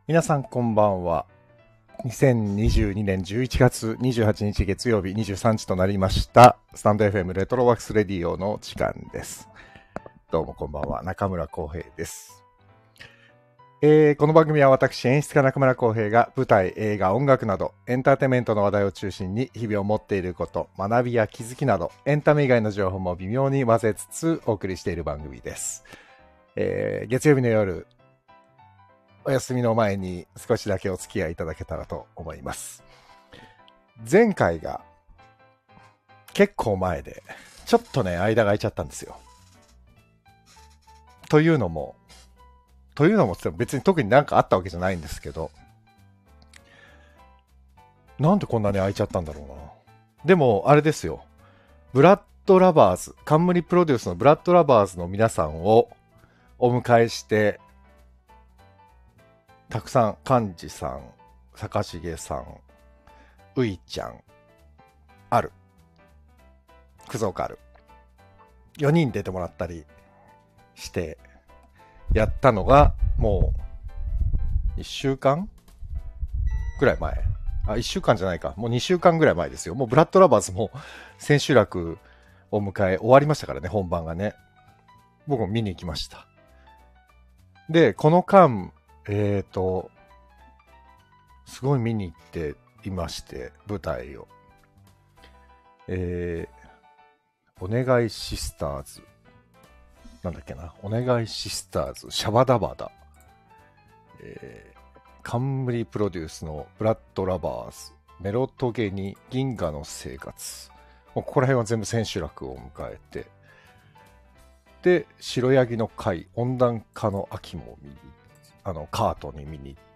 皆さんこんばんは。2022年11月28日月曜日23時となりました。スタンド FM レトロワークスレディオの時間です。どうもこんばんは。中村浩平です。この番組は私演出家中村浩平が舞台、映画、音楽などエンターテインメントの話題を中心に日々を持っていること、学びや気づきなどエンタメ以外の情報も微妙に混ぜつつお送りしている番組です。月曜日の夜、お休みの前に少しだけお付き合いいただけたらと思います。前回が結構前でちょっとね間が空いちゃったんですよ。というのも別に特になんかあったわけじゃないんですけど、なんでこんなに空いちゃったんだろうな。でもあれですよ、ブラッドラバーズ、冠プロデュースのブラッドラバーズの皆さんをお迎えして、たくさん、幹事さん、坂重さん、ういちゃん、ある、くぞかる、4人出てもらったりしてやったのがもう1週間ぐらい前。1週間じゃないか、もう2週間ぐらい前ですよ。もうブラッドラバーズも千秋楽を迎え終わりましたからね、本番がね。僕も見に行きました。で、この間すごい見に行っていまして、舞台を。お願いシスターズ。なんだっけな。お願いシスターズ。シャバダバダ。冠プロデュースのブラッドラバーズ。メロトゲニ銀河の生活。もうここら辺は全部千秋楽を迎えて。で、白ヤギの会、温暖化の秋も見にカートに見に行って、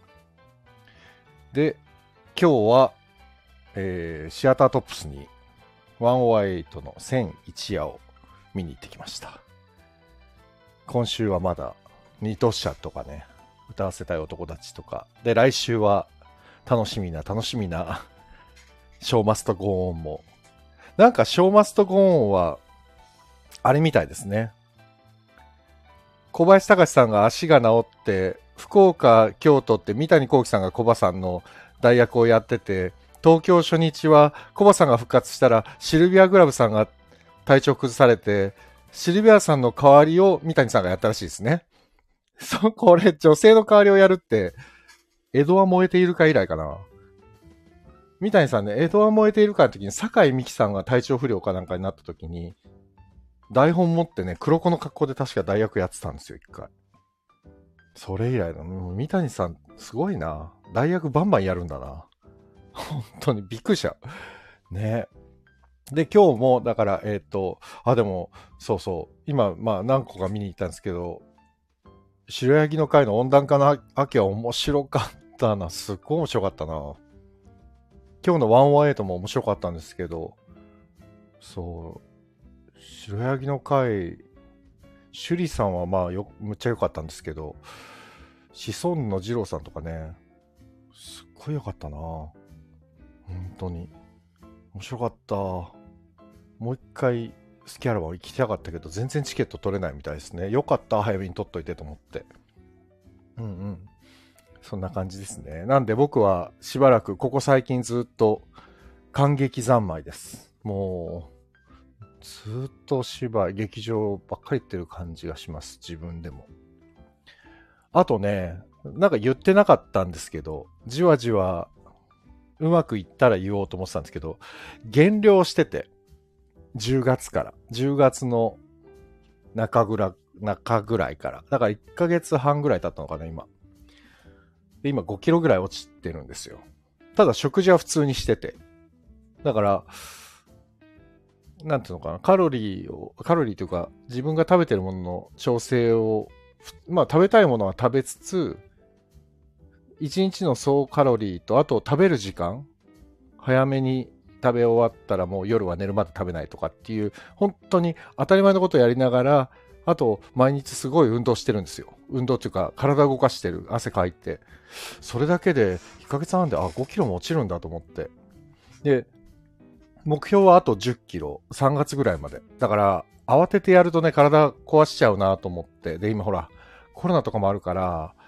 で今日は、シアタートップスに108の1001夜を見に行ってきました。今週はまだニトシャとかね、歌わせたい男たちとかで、来週は楽しみなショーマストゴーンも、なんかショーマストゴーンはあれみたいですね。小林隆さんが足が治って、福岡、京都って三谷幸喜さんがコバさんの代役をやってて、東京初日はコバさんが復活したらシルビア・グラブさんが体調崩されて、シルビアさんの代わりを三谷さんがやったらしいですね。これ女性の代わりをやるって、江戸は燃えているか以来かな。三谷さんね、江戸は燃えているかの時に酒井美紀さんが体調不良かなんかになった時に、台本持ってね、黒子の格好で確か代役やってたんですよ、一回。それ以来の、三谷さん、すごいな。代役バンバンやるんだな。本当にびっくりした。ね。で、今日も、だから、でも、そうそう、今、何個か見に行ったんですけど、白ヤギの会の温暖化の秋は面白かったな。すっごい面白かったな。今日の118も面白かったんですけど、そう、白ヤギの会、趣里さんはむっちゃ良かったんですけど、シソンの二郎さんとかね、すっごい良かったな。本当に面白かった。もう一回スキャラバン行きたかったけど、全然チケット取れないみたいですね。良かった、早めに取っといてと思って。そんな感じですね。なんで僕はしばらくここ最近ずっと感激三昧です。もうずっと劇場ばっかり行ってる感じがします。自分でも。あとね、なんか言ってなかったんですけど、じわじわうまくいったら言おうと思ってたんですけど、減量してて、10月の中ぐらいから。だから1ヶ月半ぐらい経ったのかな、今。で、今5キロぐらい落ちてるんですよ。ただ食事は普通にしてて。だから、なんていうのかな、カロリーというか、自分が食べてるものの調整を、食べたいものは食べつつ、1日の総カロリーと、あと食べる時間、早めに食べ終わったらもう夜は寝るまで食べないとかっていう、本当に当たり前のことをやりながら、あと毎日すごい運動してるんですよ。運動っていうか、体動かしてる、汗かいて。それだけで1ヶ月半で、5キロも落ちるんだと思って。で、目標はあと10キロ、3月ぐらいまで。だから、慌ててやるとね、体壊しちゃうなと思って。で、今ほら、コロナとかもあるから、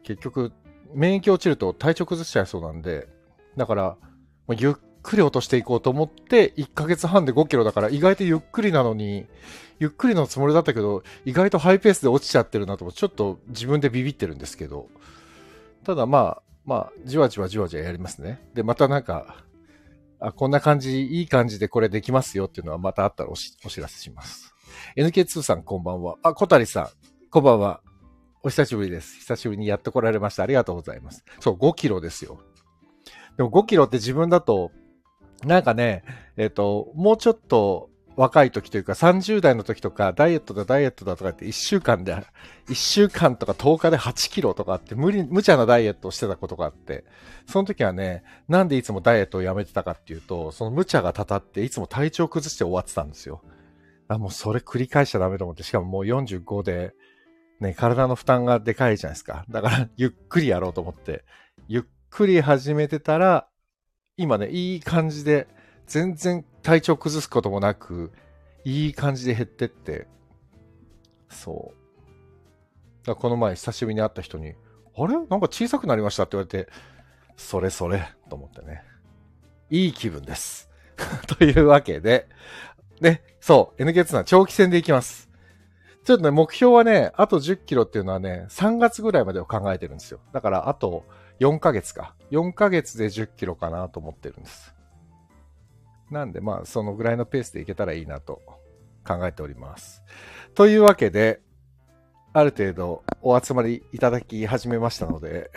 結局、免疫落ちると体調崩しちゃいそうなんで、だから、ゆっくり落としていこうと思って、1ヶ月半で5キロだから、意外とゆっくりなのに、ゆっくりのつもりだったけど、意外とハイペースで落ちちゃってるなと、ちょっと自分でビビってるんですけど、ただまあ、じわじわやりますね。で、またなんか、こんな感じ、いい感じでこれできますよっていうのはまたあったらお知らせします。NK2 さんこんばんは。小谷さん、こんばんは。お久しぶりです。久しぶりにやってこられました。ありがとうございます。そう、5キロですよ。でも5キロって自分だと、なんかね、もうちょっと若い時というか30代の時とか、ダイエットだとかって1週間とか10日で8キロとかって無茶なダイエットをしてたことがあって、その時はね、なんでいつもダイエットをやめてたかっていうと、その無茶がたたっていつも体調崩して終わってたんですよ。もうそれ繰り返しちゃダメと思って、しかももう45で、ね、体の負担がでかいじゃないですか。だから、ゆっくりやろうと思って、ゆっくり始めてたら、今ね、いい感じで、全然体調崩すこともなく、いい感じで減ってって、そう。だからこの前久しぶりに会った人に、あれなんか小さくなりましたって言われて、それと思ってね。いい気分です。というわけで、ね、そう、NK2 は長期戦でいきます。ちょっとね、目標はね、あと10キロっていうのはね、3月ぐらいまでを考えてるんですよ。だから、あと4ヶ月か。4ヶ月で10キロかなと思ってるんです。なんで、まあ、そのぐらいのペースでいけたらいいなと考えております。というわけで、ある程度お集まりいただき始めましたので、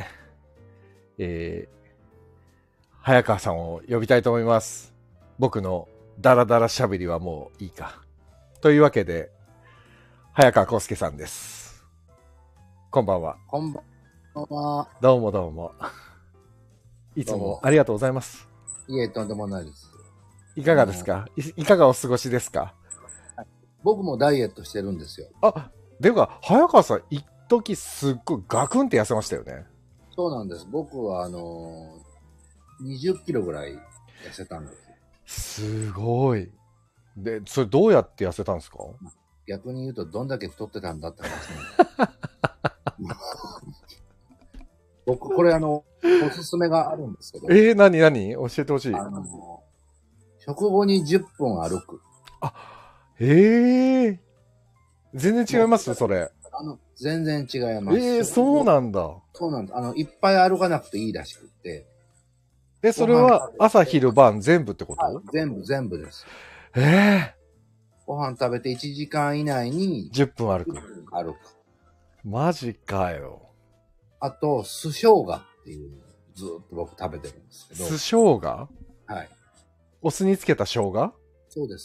早川さんを呼びたいと思います。僕のダラダラしゃべりはもういいか。というわけで、早川康介さんです。こんばんは。 こんばんは。 どうも。いつもありがとうございます。 いえ、とんでもないです。 いかがですか？いかがお過ごしですか？ 僕もダイエットしてるんですよ。 でか、早川さん、一時すっごいガクンって痩せましたよね。 そうなんです。僕は、20キロぐらい痩せたんです。 すごい。で、それどうやって痩せたんですか？ 逆に言うと、どんだけ太ってたんだって話なんです。僕、これおすすめがあるんですけど。 何教えてほしい。 食後に10分歩く。 全然違いますそれ。 全然違います。 そうなんだ。 そうなんです。いっぱい歩かなくていいらしくて。 それは朝昼晩全部ってこと？ 全部です。ご飯食べて1時間以内に 10分歩く。マジかよ。 あと、酢生姜っていうのをずっと僕食べてるんですけど。 酢生姜？ はい。 お酢につけた生姜？ そうです。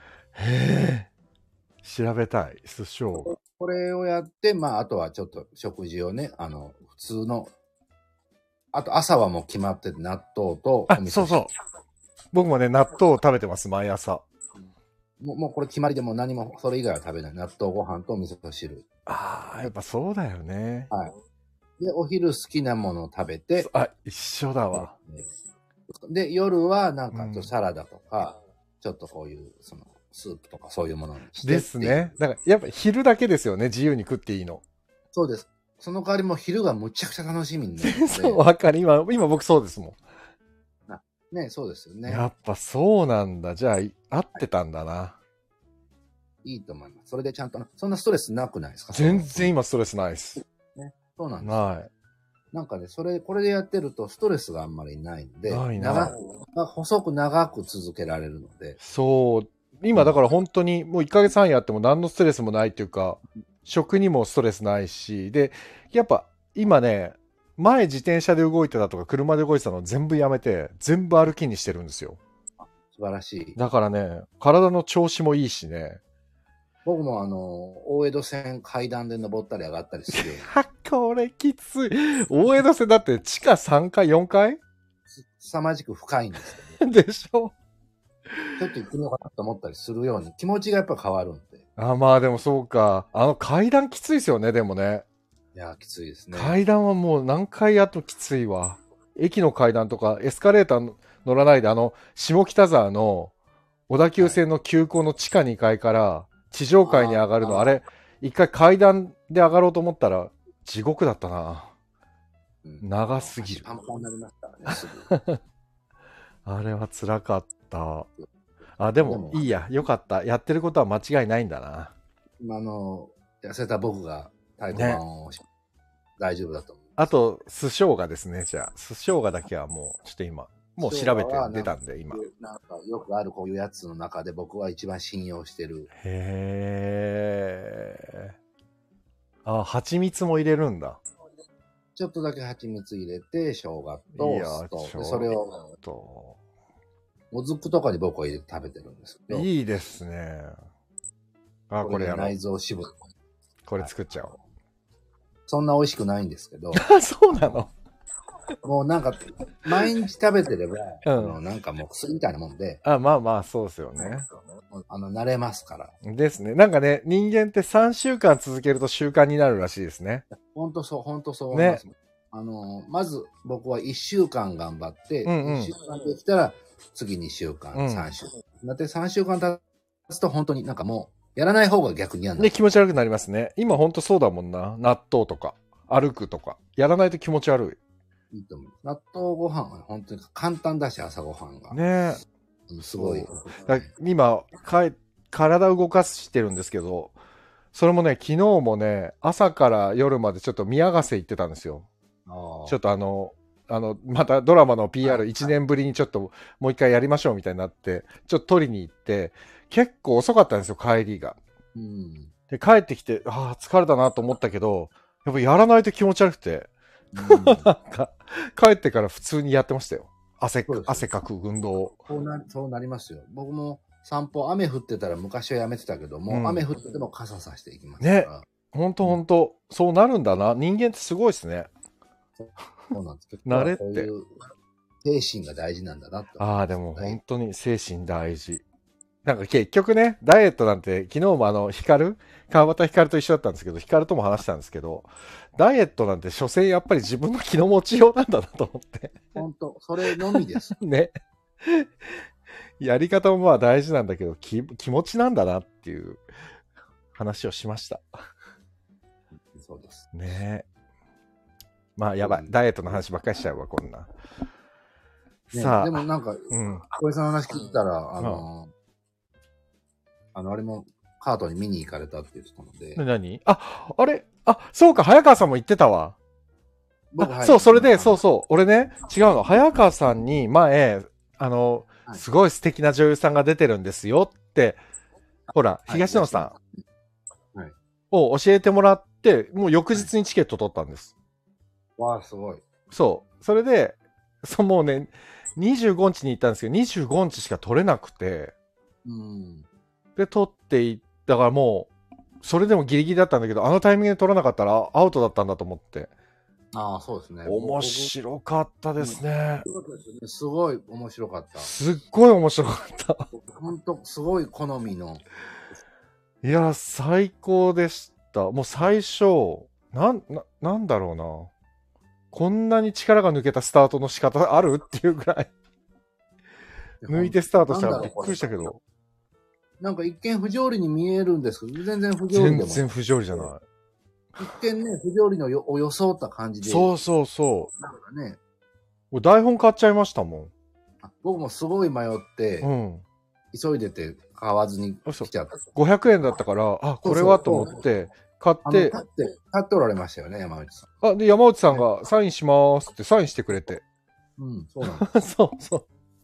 調べたい。酢生姜。 これをやって、あとはちょっと食事をね、普通の、あと朝はもう決まってて納豆とお味噌汁。 そう。僕もね、納豆を食べてます、毎朝。 もうこれ決まりでも何もそれ以外は食べない。納豆ご飯とお味噌汁。 やっぱそうだよね。 はい。で、お昼好きなものを食べて。 一緒だわ。 で、夜はなんかサラダとか、ちょっとこういう、スープとかそういうものにして。 ですね。だからやっぱ昼だけですよね、自由に食っていいの。 そうです。その代わりも昼がむちゃくちゃ楽しみになるので。 そう、わかる。今僕そうですもん。 ね、そうですよね。 やっぱそうなんだ。じゃあ、合ってたんだな。 いいと思います。それでちゃんと、そんなストレスなくないですか？ 全然今ストレスないです。 ね、そうなんです。 ない。 なんかね、これでやってるとストレスがあんまりないんで、 な細く長く続けられるので。 そう。今だから本当にもう1ヶ月半やっても何のストレスもないっていうか、食にもストレスないし、で、やっぱ今ね、前自転車で動いてたとか車で動いてたの全部やめて、全部歩きにしてるんですよ。 素晴らしい。 だからね、体の調子もいいしね。 僕も大江戸線階段で登ったり上がったりする。 これきつい。大江戸線だって地下3階、4階？ 凄まじく深いんですよ、 ね。でしょ？ ちょっと行ってみようかなと思ったりするように、気持ちがやっぱ変わるんで。 まあでもそうか。階段きついですよね、でもね。 いや、きついですね。 階段はもう何回やっときついわ。駅の階段とかエスカレーター乗らないで、下北沢の小田急線の急行の地下2階から地上階に上がるの、あれ、一回階段で上がろうと思ったら地獄だったな。 長すぎる。 パンパンになりましたね、すぐ。 あれは辛かった。あ、でもいいや、よかった。やってることは間違いないんだな。 痩せた僕が太鼓判を、ね、大丈夫だと思う。 あと、酢生姜ですね、じゃあ。酢生姜だけはもう、ちょっと今、もう調べて出たんで、今。 なんかよくあるこういうやつの中で僕は一番信用してる。 へー。あ、蜂蜜も入れるんだ。 ちょっとだけ蜂蜜入れて、生姜と酢と、それを、もずくとかに僕は入れて食べてるんですけど。 いいですね。あ、これやろう。 内臓脂肪。 これ作っちゃおう。 そんな美味しくないんですけど。 そうなの？ もうなんか、毎日食べてれば、なんかもう薬みたいなもんで。 あ、まあまあ、そうですよね。 慣れますから。 ですね。なんかね、人間って3週間続けると習慣になるらしいですね。 ほんとそう思います。ね。まず僕は1週間頑張って、1週間できたら次2週間、3週間。だって3週間経つと本当になんかもう、やらない方が逆に嫌になる。 ね、気持ち悪くなりますね。今ほんとそうだもんな。納豆とか、歩くとか。やらないと気持ち悪い。いいと思う。納豆ご飯は本当に簡単だし、朝ごはんが。 ねえ。すごい。 今、体を動かしてるんですけど、それもね、昨日もね、朝から夜までちょっと宮ヶ瀬行ってたんですよ。ちょっとまたドラマの PR1 年ぶりにちょっともう一回やりましょうみたいになって、ちょっと取りに行って、結構遅かったんですよ、帰りが。で、帰ってきて、疲れたなと思ったけど、やっぱやらないと気持ち悪くて、なんか、帰ってから普通にやってましたよ。汗かく運動を。 そうなりますよ。僕も散歩、雨降ってたら昔はやめてたけども、雨降ってても傘さしていきますから。 ね。ほんと、そうなるんだな。人間ってすごいですね。 そうなんですけど。 慣れって。 こういう精神が大事なんだなって。 でも本当に精神大事。なんか結局ね、ダイエットなんて、昨日も川端光と一緒だったんですけど、光とも話したんですけど、ダイエットなんて所詮やっぱり自分の気の持ちようなんだなと思って。 本当、それのみです。 ね。やり方もまあ大事なんだけど、気持ちなんだなっていう話をしました。 そうです。 ね。まあやばい。ダイエットの話ばっかりしちゃうわ、こんな。 さあ。でもなんか、小江さんの話聞いたら、あれもカートに見に行かれたって言ってたので。 何？あれ？そうか、早川さんも言ってたわ。そう、それで、俺ね、違うの。早川さんに前、すごい素敵な女優さんが出てるんですよって、ほら、東野さんを教えてもらって、もう翌日にチケット取ったんです。 わあ、すごい。 そう。それで、もうね、25日に行ったんですけど、25日しか取れなくて、で、取っていったからもう、それでもギリギリだったんだけど、あのタイミングで取らなかったらアウトだったんだと思って。 そうですね。 面白かったですね。 すごい面白かった。 すっごい面白かった。 本当すごい好みの。 いや、最高でした。もう最初、なんだろうな。こんなに力が抜けたスタートの仕方あるっていうぐらい。抜いてスタートしたらびっくりしたけど。 なんか一見不条理に見えるんですけど、全然不条理でも。 全然不条理じゃない。 一見ね、不条理のを装った感じで。 そう。なんかね。台本買っちゃいましたもん。 僕もすごい迷って、急いでて買わずに来ちゃった。 500円だったから、これはと思って、買って。 立っておられましたよね、山内さん。で、山内さんがサインしますってサインしてくれて。 そうなんです。 そう。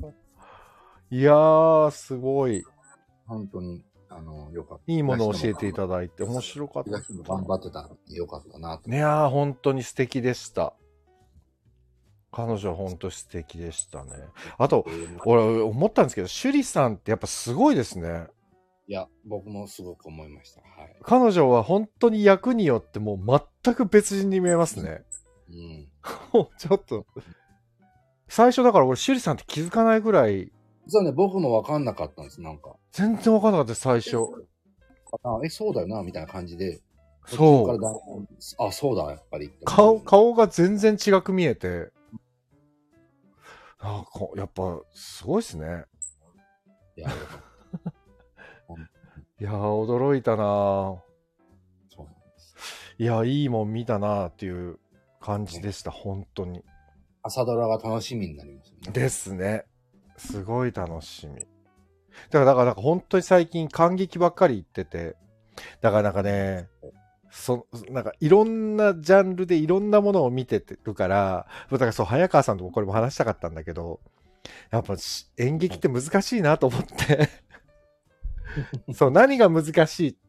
いやー、すごい。 本当に。よかった。 いいものを教えていただいて面白かった。 頑張ってたんでよかったなと。 いやー、本当に素敵でした。彼女は本当に素敵でしたね。あと、俺思ったんですけど、趣里さんってやっぱすごいですね。 いや、僕もすごく思いました。はい。 彼女は本当に役によってもう全く別人に見えますね。ちょっと。最初だから俺、趣里さんって気づかないぐらい。 実はね、僕も分かんなかったんです、なんか。 全然分かんなかったです、最初。 そうだよな、みたいな感じで。 そう。 そうだ、やっぱり。 顔が全然違く見えて。やっぱ、すごいっすね。いや、驚いたなぁ。いや、いいもん見たなぁっていう感じでした、本当に。 朝ドラが楽しみになりますね。 ですね。すごい楽しみ。だから本当に最近感激ばっかり言ってて、だからなんかね、なんかいろんなジャンルでいろんなものを見てるから、だからそう、早川さんともこれも話したかったんだけど、やっぱ演劇って難しいなと思ってそう、何が難しいって、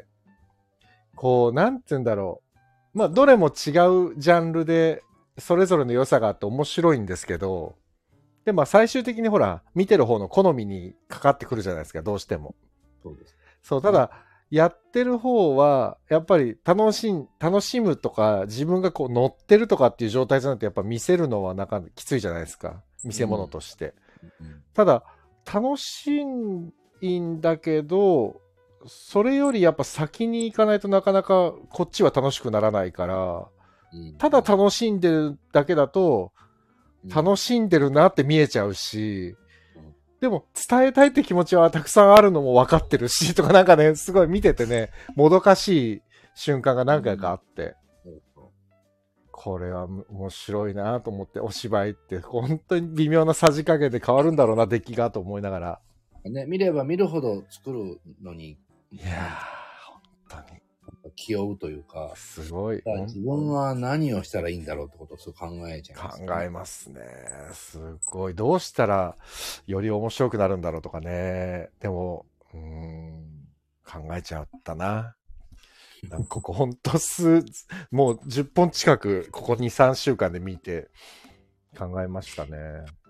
こう、なんて言うんだろう。まあ、どれも違うジャンルで、それぞれの良さがあって面白いんですけど、で、まあ、最終的にほら、見てる方の好みにかかってくるじゃないですか、どうしても。 そうです。 そう、ただ、やってる方は、やっぱり楽しむとか、自分がこう乗ってるとかっていう状態じゃなくて、やっぱ見せるのはなかなかきついじゃないですか。見せ物として。ただ、楽しいんだけど、それよりやっぱ先に行かないとなかなかこっちは楽しくならないから、ただ楽しんでるだけだと、楽しんでるなって見えちゃうし、でも伝えたいって気持ちはたくさんあるのも分かってるし、とかなんかね、すごい見ててね、もどかしい瞬間が何回かあって、これは面白いなと思って、お芝居って本当に微妙なさじ加減で変わるんだろうな、出来がと思いながら。 ね、見れば見るほど作るのに、 いやー、本当に。 気負うというか、 すごい。 自分は何をしたらいいんだろうってことを考えちゃいます、 ね。考えますね。すごい。どうしたらより面白くなるんだろうとかね。でも、考えちゃったな。ここほんともう10本近く、ここ2、3週間で見て考えましたね。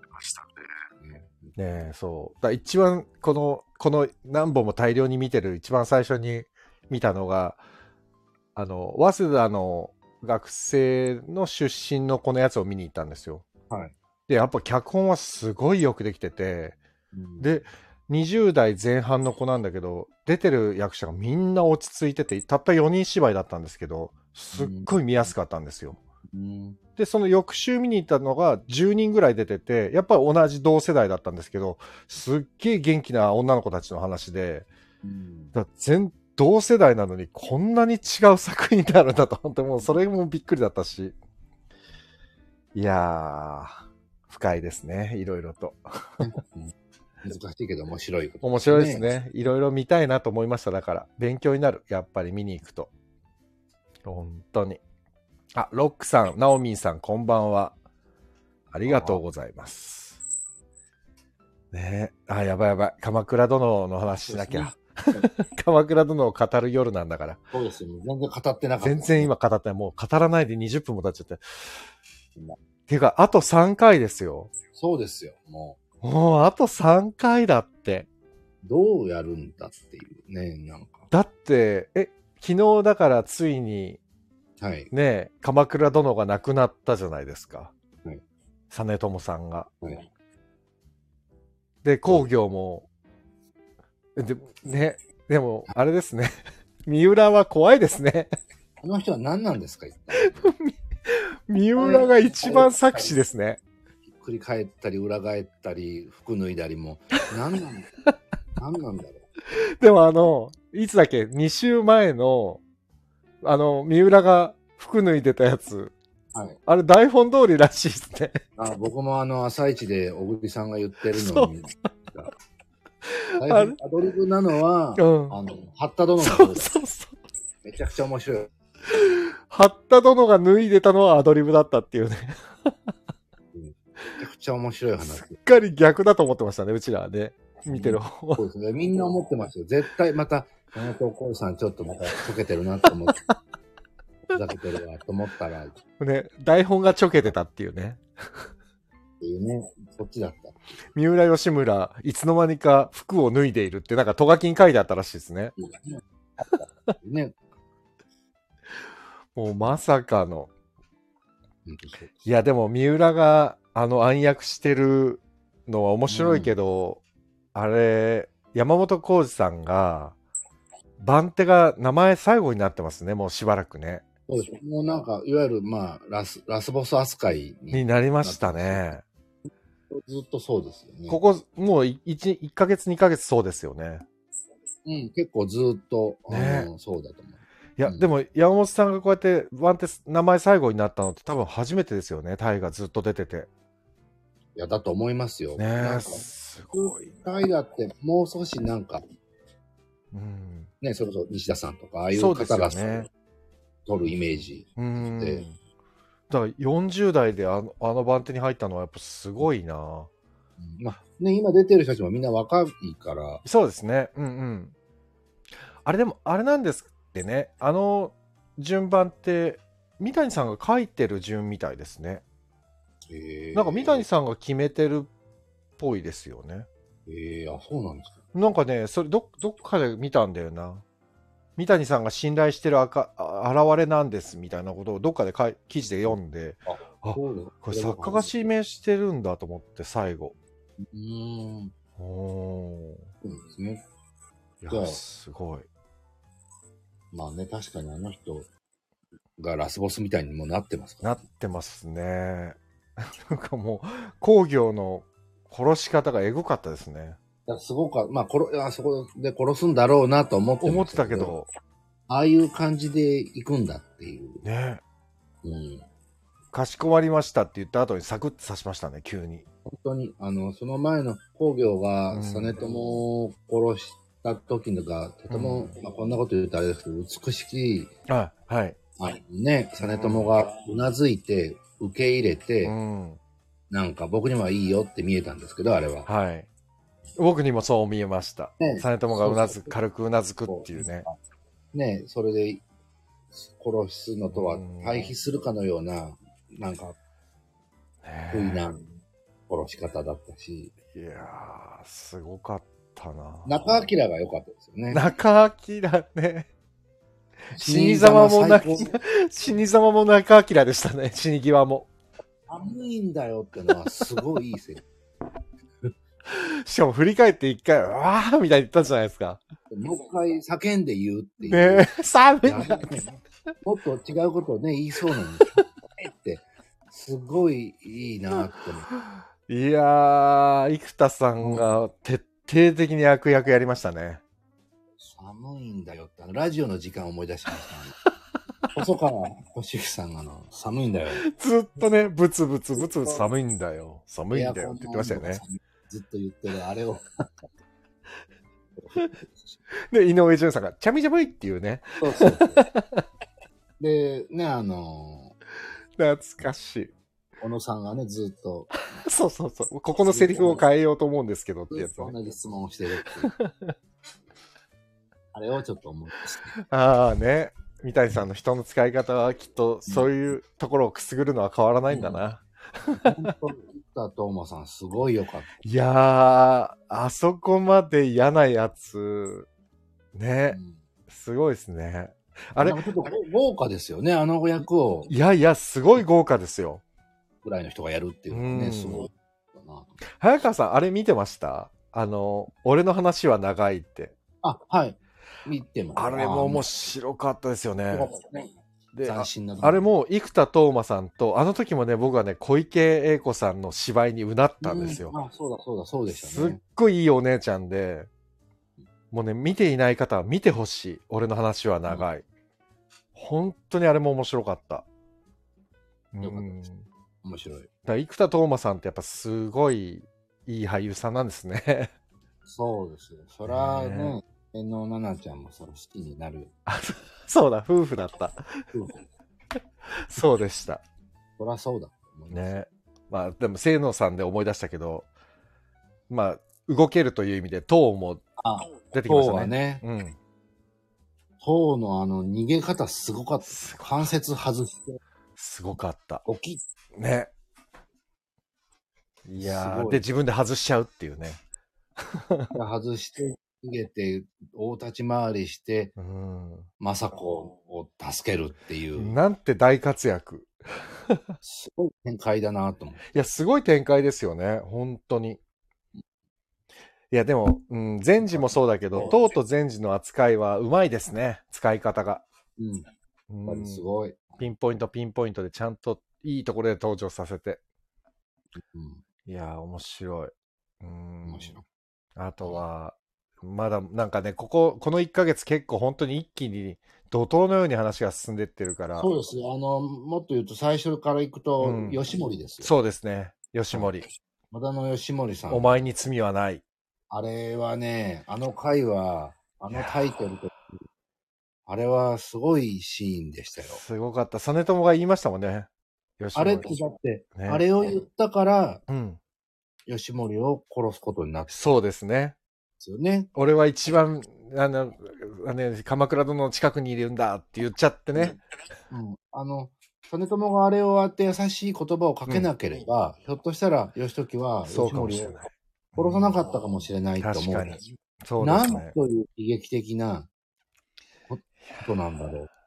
ねえ、そう。一番、この何本も大量に見てる一番最初に見たのが、早稲田の学生の出身のこのやつを見に行ったんですよ。 はい。 で、やっぱ脚本はすごいよくできてて、で、20代前半の子なんだけど、出てる役者がみんな落ち着いてて、たった4人芝居だったんですけど、すっごい見やすかったんですよ。で、その翌週見に行ったのが10人ぐらい出てて、やっぱり同じ同世代だったんですけど、すっげえ元気な女の子たちの話で、同世代なのにこんなに違う作品になるんだと思って、もうそれもびっくりだったし。いやー、深いですね、いろいろと。 難しいけど面白いこと、 ね。面白いですね。いろいろ見たいなと思いました。だから、勉強になる。やっぱり見に行くと。本当に。あ、ロックさん、ナオミンさん、こんばんは。ありがとうございます。ねえ。あ、やばいやばい。鎌倉殿の話しなきゃ。鎌倉殿を語る夜なんだから。 そうですよ。全然語ってなかった、 全然今語ってない。もう語らないで20分も経っちゃって。っていうか、あと3回ですよ。 そうですよ。もうあと3回だって。 どうやるんだっていうね、なんか。 だって、昨日だからついに、 はい。 ね、鎌倉殿が亡くなったじゃないですか。 はい。 実朝さんが。 はい。 で、公暁も、でも、あれですね。三浦は怖いですね。 この人は何なんですか三浦が一番作詞ですね。 ひっくり返ったり、裏返ったり、服脱いだりも、何なんだろう。 でもいつだっけ ?2 週前の、三浦が服脱いでたやつ。はい。あれ台本通りらしいですね。 僕も朝一で小栗さんが言ってるのに。アドリブなのは、八田殿の方です。そう。めちゃくちゃ面白い。 八田殿が脱いでたのはアドリブだったっていうね。 めちゃくちゃ面白い話。 すっかり逆だと思ってましたね、うちらはね。見てる方。 そうですね。みんな思ってますよ。絶対また、山本浩二さんちょっとまた溶けてるなと思って。ふざけてるわと思ったら。 ね、台本がちょけてたっていうね。 っていうね、そっちだった。 三浦義村、いつの間にか服を脱いでいるって、なんかトガキに書いてあったらしいですね。ね。もうまさかの。いや、でも三浦が暗躍してるのは面白いけど、あれ、山本浩二さんが、番手が名前最後になってますね、もうしばらくね。 そうです。もうなんか、いわゆる、ラスボス扱いになりましたね。 ずっとそうですよね。 ここ、もう1ヶ月、2ヶ月そうですよね。 結構ずっと、そうだと思う。 いや、でも山本さんがこうやってワンって名前最後になったのって多分初めてですよね。タイがずっと出てて。 いや、だと思いますよ。 ねえ、 なんか、 すごい。 タイガーってもう少しなんか、 うん。 ね、それこそ西田さんとか、ああいうそうです方がよね。 取るイメージで。 だから40代であの番手に入ったのはやっぱすごいな。 まあ、ね、今出てる人たちもみんな若いから。 そうですね。うんうん。あれでも、あれなんですってね。あの順番って、三谷さんが書いてる順みたいですね。なんか三谷さんが決めてるっぽいですよね。 あ、そうなんですか。 なんかね、それどっかで見たんだよな。三谷さんが信頼してる現れなんですみたいなことをどっかで記事で読んで、これ作家が指名してるんだと思って最後。 そうですね。 いや、すごい。 まあね、確かにあの人がラスボスみたいにもなってますから、 ね。なってますね。なんかもう工業の殺し方がエグかったですね。 すごく、まあ、そこで殺すんだろうなと思ってたけど、ああいう感じで行くんだっていう。 ね。かしこまりましたって言った後にサクッと刺しましたね、急に。 本当に、その前の工業が実朝を殺した時のが、とても、まあ、こんなこと言うとあれですけど、美しい。 はい。 ね、実朝がうなずいて、受け入れて、なんか僕にはいいよって見えたんですけど、あれは。 はい。僕にもそう見えました。実朝が軽くうなずくっていうね。 ね、それで殺すのとは対比するかのような、なんか、不意な殺し方だったし。 いやー、すごかったな。 中明が良かったですよね。 中明ね。死様も中明でしたね、死に際も。 寒いんだよってのはすごいいいセリフ。 しかも振り返って一回、わーみたいに言ったじゃないですか。 もう一回叫んで言うっていう。 ねえ、寒いんだ。 もっと違うことをね、言いそうなのに、って、すごいいいなって。 いやー、生田さんが徹底的に悪役やりましたね。 寒いんだよって、ラジオの時間を思い出しました、ね。細川俊樹さんが寒いんだよ。 ずっとね、ブツブツ寒いんだよ。寒いんだよって言ってましたよね。 ずっと言ってる、あれを。 で、井上順さんが、チャミジャムイっていうね。 そうそう。で、ね、 懐かしい。 小野さんがね、ずっと。 そう。ここのセリフを変えようと思うんですけどってやつ、 ね。同じ質問をしてるっていう。あれをちょっと思いました。 ああね。三谷さんの人の使い方はきっとそういうところをくすぐるのは変わらないんだな。 本当に、生田斗真さんすごいよかった。 いやー、あそこまで嫌なやつ、ね、すごいですね。あれ、 ちょっと豪華ですよね、あの役を。 いや、すごい豪華ですよ。 ぐらいの人がやるっていうのはね、すごいな。 早川さん、あれ見てました？俺の話は長いって。 あ、はい。見てます。 あれも面白かったですよね。で、 斬新な。 あれも生田斗真さんと、あの時もね、僕はね、小池栄子さんの芝居にうなったんですよ。 あ、そうでしたね。 すっごいいいお姉ちゃんで、もうね、見ていない方は見てほしい。俺の話は長い。本当にあれも面白かった。 よかったです。面白い。 生田斗真さんってやっぱすごいいい俳優さんなんですね。 そうですよ。そらね、天皇奈々ちゃんもその好きになる。 そうだ、夫婦だった。そうでした。 そらそうだ。 ね。まあ、でも、清野さんで思い出したけど、まあ、動けるという意味で、塔も出てきましたね。 塔はね。塔の逃げ方すごかった。関節外して。 すごかった。 大きい。 ね。いやー、で、自分で外しちゃうっていうね。 外して、逃げて、大立ち回りして、政子を助けるっていう。 なんて大活躍。 すごい展開だなと思って。 いや、すごい展開ですよね。本当に。いや、でも、禅師もそうだけど、唐と禅師の扱いはうまいですね。使い方が。 すごい。 ピンポイントでちゃんといいところで登場させて。いや、面白い。面白い。あとは、まだなんかね、この1ヶ月結構本当に一気に怒涛のように話が進んでってるから。 そうですよ。もっと言うと最初から行くと、吉森ですよ。 そうですね。吉森。 和田の吉森さん。 お前に罪はない。 あれはね、あの回は、あのタイトルと、あれはすごいシーンでしたよ。 すごかった。実朝が言いましたもんね。 あれってだって、ね、あれを言ったから、吉森を殺すことになった。 そうですね。 ですよね。 俺は一番、鎌倉殿の近くにいるんだって言っちゃってね。 実朝があれをあって優しい言葉をかけなければ、ひょっとしたら義時は吉森を殺さなかったかもしれないと思う。 確かに。そうですね。 なんという悲劇的なことなんだろうって。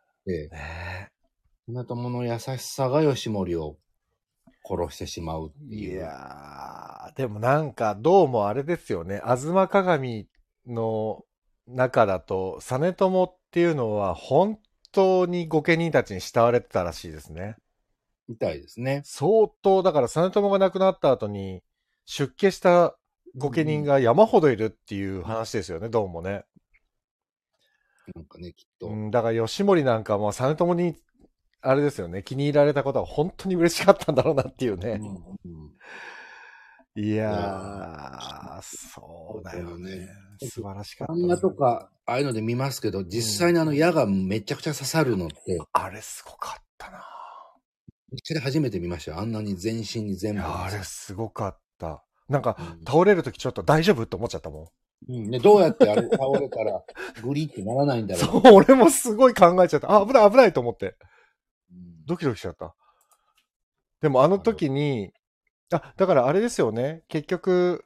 実朝の優しさが義盛を殺してしまうっていう。 いやー、でもなんかどうもあれですよね。吾妻鏡の中だと、実朝っていうのは本当に御家人たちに慕われてたらしいですね。 みたいですね。 相当、だから実朝が亡くなった後に出家した御家人が山ほどいるっていう話ですよね、どうもね。 なんかね、きっと。 だから吉森なんかも実朝に、あれですよね、気に入られたことは本当に嬉しかったんだろうなっていうね。いやー、そうだよね。素晴らしかった。 漫画とか、ああいうので見ますけど、実際に矢がめちゃくちゃ刺さるのって。 あれすごかったな。 めっちゃ初めて見ましたよ。あんなに全身に全部。 あれすごかった。なんか、倒れるときちょっと大丈夫って思っちゃったもん。で、どうやってあれ倒れたら、グリってならないんだろう。 そう、俺もすごい考えちゃった。あ、危ない危ないと思って。ドキドキしちゃった。でもあの時に、だからあれですよね。結局、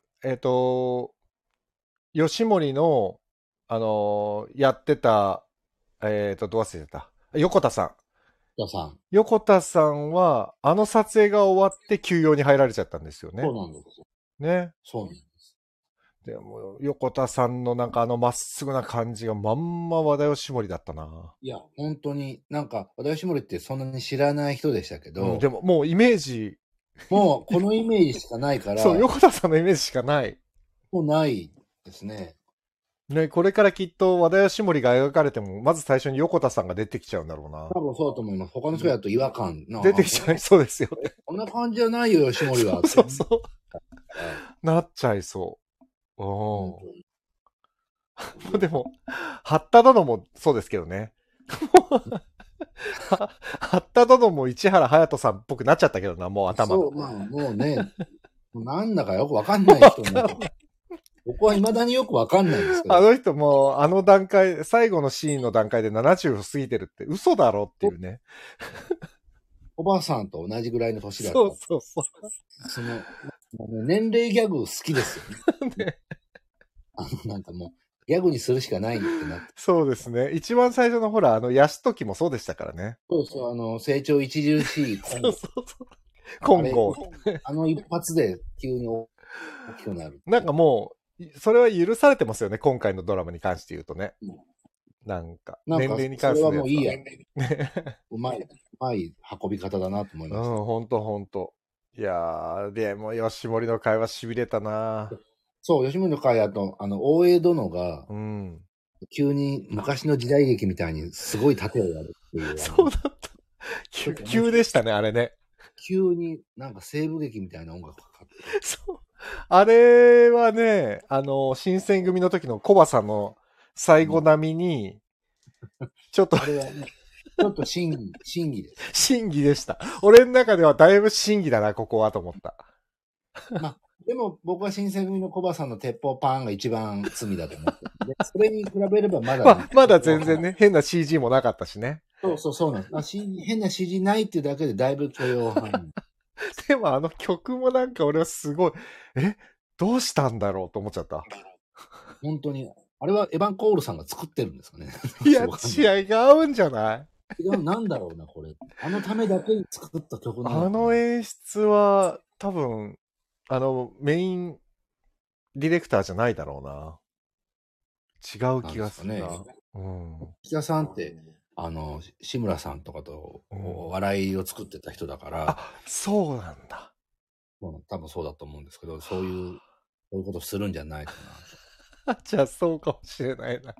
吉森の、やってた、ど忘れてた。横田さん。横田さんは、あの撮影が終わって休養に入られちゃったんですよね。 そうなんですよ。 ね。 そうなんです。 でも、横田さんのなんかまっすぐな感じがまんま和田義盛だったな。 いや、本当になんか和田義盛ってそんなに知らない人でしたけど。 でももうイメージ。 もうこのイメージしかないから。 そう、横田さんのイメージしかない。 もうないですね。 ね、これからきっと和田義盛が描かれても、まず最初に横田さんが出てきちゃうんだろうな。 多分そうだと思います。他の人だと違和感。 出てきちゃいそうですよね。 こんな感じじゃないよ、義盛は。 そうそう。なっちゃいそう。でも、八田殿もそうですけどね。八田殿も市原隼人さんっぽくなっちゃったけどな、もう頭。 そう、まあもうね、なんだかよくわかんない人も。僕は未だによくわかんないですけど。 あの人も、あの段階、最後のシーンの段階で70を過ぎてるって嘘だろっていうね。 おばあさんと同じぐらいの年だった。 そうそうそう。 その、年齢ギャグ好きですよね。ねなんかもう、ギャグにするしかないってなって。 そうですね。一番最初のほら、義時もそうでしたからね。 そうそう、成長著しい。 そうそうそう。今後。 一発で急に大きくなる。 なんかもう、それは許されてますよね、今回のドラマに関して言うとね。なんか、年齢に関して。 それはもういいや。うまい運び方だなと思いました。 ほんと。いやー、でも、吉森の会話痺れたな。 そう、吉森の会あと、大江殿が、急に昔の時代劇みたいにすごい盾をやるっていう。 そうだった。急でしたね、あれね。 急になんか西部劇みたいな音楽がかかって。 そう。あれはね、新選組の時のコバさんの最後並みに、ちょっと、 あれはね、ちょっと審議です。 審議でした。俺の中ではだいぶ審議だな、ここはと思った。 まあ、でも僕は新選組のコバさんの鉄砲パンが一番罪だと思ってるんで、それに比べればまだ、 まだ全然ね、変な CG もなかったしね。 そうなんです。変な CG ないっていうだけでだいぶ許容範囲。 でも曲もなんか俺はすごい、どうしたんだろうと思っちゃった。 本当に。あれはエヴァン・コールさんが作ってるんですかね。 いや、違うんじゃないなんだろうな、これ。あのためだけに作った曲なの。 あの演出は、多分、メインディレクターじゃないだろうな。違う気がするな。 岸田さんって、志村さんとかと笑いを作ってた人だから。 あ、そうなんだ。 多分そうだと思うんですけど、そういうことするんじゃないかな。 じゃあそうかもしれないな。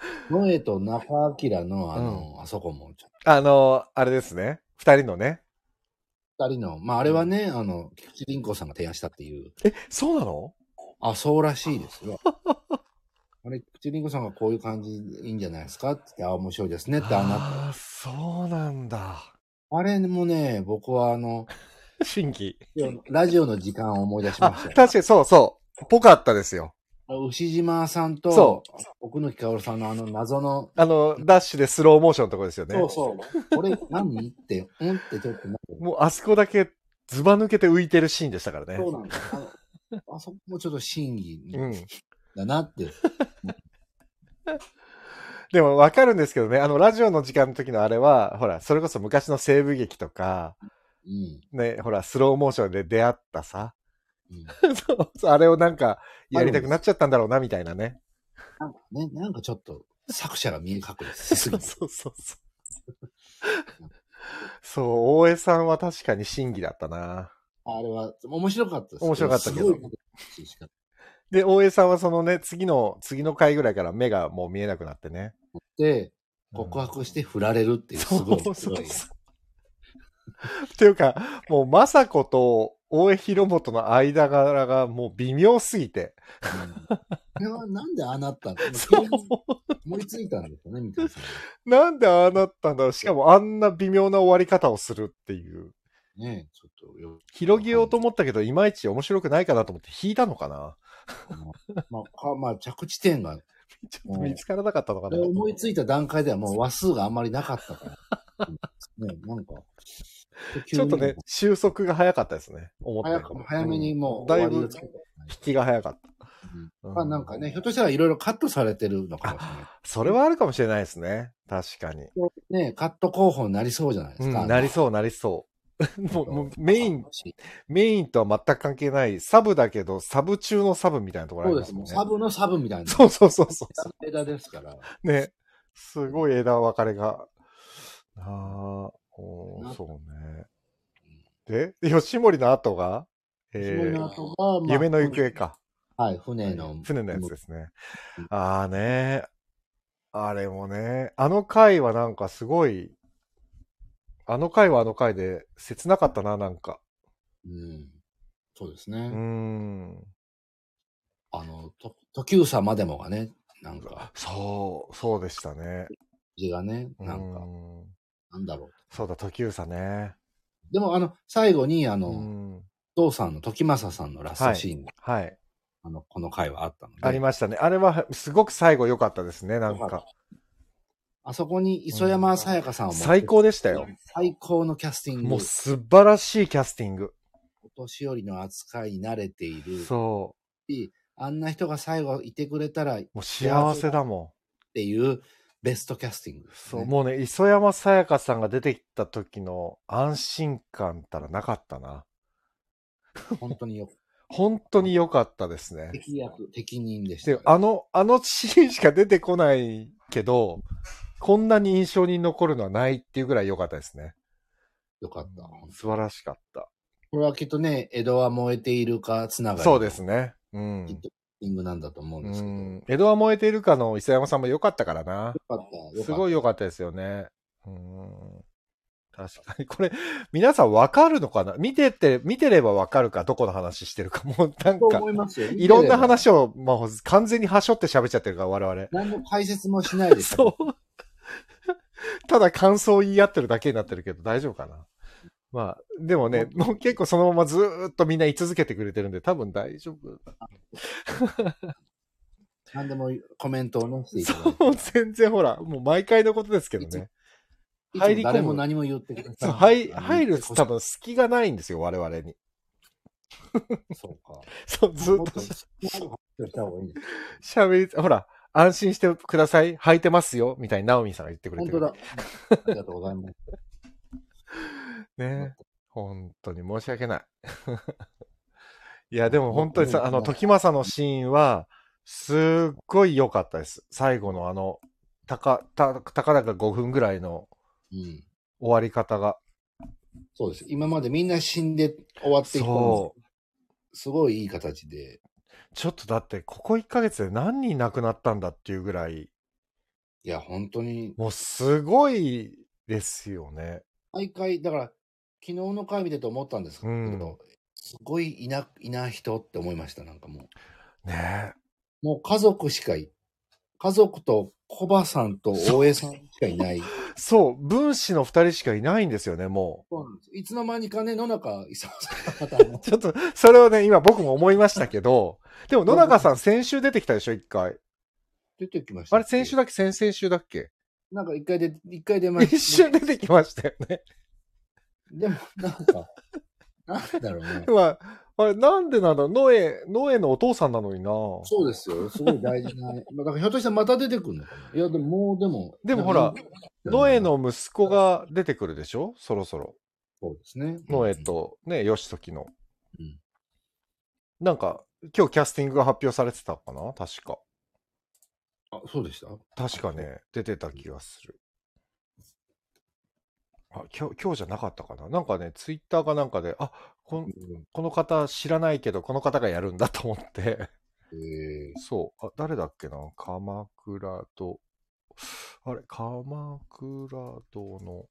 ノエと中明の、あそこも、 あれですね。二人のね。 二人の、まあ、あれはね、菊池凛子さんが提案したっていう。 そうなの？ あ、そうらしいですよ。あれ、菊池凛子さんがこういう感じでいいんじゃないですかって言って、あ、面白いですねってああ、そうなんだ。 あれもね、僕は審議。 ラジオの時間を思い出しましたよ。 確かにそうそう。ぽかったですよ。 牛島さんと、 そ奥貫薫さんの謎の、 ダッシュでスローモーションのとこですよね。 そうそう。これ何って、ってちょっともうあそこだけズバ抜けて浮いてるシーンでしたからね。 そうなんだ。あそこもちょっと審議うん。 だなって。 でもわかるんですけどね、ラジオの時間の時のあれは、ほら、それこそ昔の西部劇とか、 うん。 ね、ほら、スローモーションで出会ったさ、 うん、 そうあれをなんか、やりたくなっちゃったんだろうな、みたいなね。 なんかね、なんかちょっと、作者が見え隠れしすぎて。 そうそう。そう、大江さんは確かに審議だったな。 あれは面白かったです。 面白かったけど。 すごいで、大江さんはそのね、次の回ぐらいから目がもう見えなくなってね。 で、告白して振られるっていう、すごい。 そう。っていうか、もう、雅子と大江広元の間柄がもう微妙すぎて。 これはなんでああなったのそう。 思いついたんですよね、みたいな。なんでああなったんだろう。しかもあんな微妙な終わり方をするっていう。 ねちょっと広げようと思ったけど、いまいち面白くないかなと思って引いたのかな。 まあ、着地点が。 ちょっと見つからなかったのかな。 思いついた段階ではもう話数があんまりなかったから。ね、なんか。 ちょっとね、収束が早かったですね。 早めにもうだいぶ引きが早かった。 まあなんかね、ひょっとしたらいろいろカットされてるのかもしれない。 それはあるかもしれないですね。確かに。 ね、カット候補になりそうじゃないですか。 なりそう。もうメインとは全く関係ない、サブだけど、サブ中のサブみたいなところありますもんね。 サブのサブみたいな。 そう。 枝ですから。 ね。すごい枝分かれが。そうね。で、吉森の後が、夢の行方か。 はい、船のやつですね。あれもね、あの回はなんかすごい、あの回はあの回で切なかったな、なんか。 そうですね。時うさまでもがね、なんか。 そうでしたね。 字がね、なんか、なんだろう。 そうだ、時うさね。 でも最後に父さんの時政さんのラストシーンはい。 この回はあったので。 ありましたね。あれはすごく最後良かったですね、なんか。 あそこに磯山さやかさんを最高でしたよ。 最高のキャスティング。 もう素晴らしいキャスティング。 お年寄りの扱いに慣れている。 そう。 あんな人が最後いてくれたら、 もう幸せだもん。 っていうベストキャスティング、 そう、もうね、磯山さやかさんが出てきた時の安心感ったらなかったな。 本当に本当に良かったですね。 適任でした、ね。 で、あのシーンしか出てこないけど、こんなに印象に残るのはないっていうぐらい良かったですね。 良かった。 素晴らしかった。 これはきっとね、江戸は燃えているかつながり。 そうですね。 きっとキングなんだと思うんですけど。 江戸は燃えているかの磯山さんも良かったからな。 良かった。 すごい良かったですよね。確かに。これ、皆さんわかるのかな？見てればわかるか、どこの話してるか。もうなんか、いろんな話を、まあ、完全にはしょって喋っちゃってるから、我々。 何の解説もしないでそう。ただ感想を言い合ってるだけになってるけど、大丈夫かな？まあ、でもね、もう結構そのままずーっとみんな言い続けてくれてるんで、多分大丈夫。 何でもコメントをね、していただいて。 そう、全然ほら、もう毎回のことですけどね。 入り込む。誰も何も言ってください。 入る多分隙がないんですよ、我々に。 そうか。 そう、ずっと。喋り、ほら、安心してください。履いてますよ。みたいにナオミさんが言ってくれてる。 本当だ。ありがとうございます。 ね。本当に申し訳ない。いや、でも本当にさ、時政のシーンは、すっごい良かったです。最後のたかだか5分ぐらいの終わり方が。 そうです。今までみんな死んで終わっていったんです。すごいいい形で。 ちょっとだって、ここ1ヶ月で何人亡くなったんだっていうぐらい、 いや、本当に。 もうすごいですよね。 毎回、だから、昨日の回見てて思ったんですけど、 うん、 すごいいな人って思いました、なんかもう。ねう。もう家族とコバさんと大江さんしかいない。 そう、分子の2人しかいないんですよね、もそうなんです。いつの間にかね、野中勲さんがまう。ちょっと、それをね、今僕も思いましたけど、でも野中さん先週出てきたでしょ、一回。 出てきましあれ、 たっけ？ 先週だっけ、先々週だっけ？ なんか一回出ました。 一瞬出てきましたよね。 でも、なんか、なんだろうね。 まあ、あれ、なんでなんだろう、ノエのお父さんなのにな。 そうですよ。すごい大事な。だからひょっとしたらまた出てくるのかな。いや、でも、 でもほら、ノエの息子が出てくるでしょ、そろそろ。 そうですね。 ノエとね、義時の。 うん。 なんか、今日キャスティングが発表されてたかな、確か。 あ、そうでした？ 確かね、出てた気がする。あ、今日じゃなかったかな。なんかね、ツイッターかなんかで、この方知らないけど、この方がやるんだと思って。そう。誰だっけな、鎌倉と、鎌倉堂の、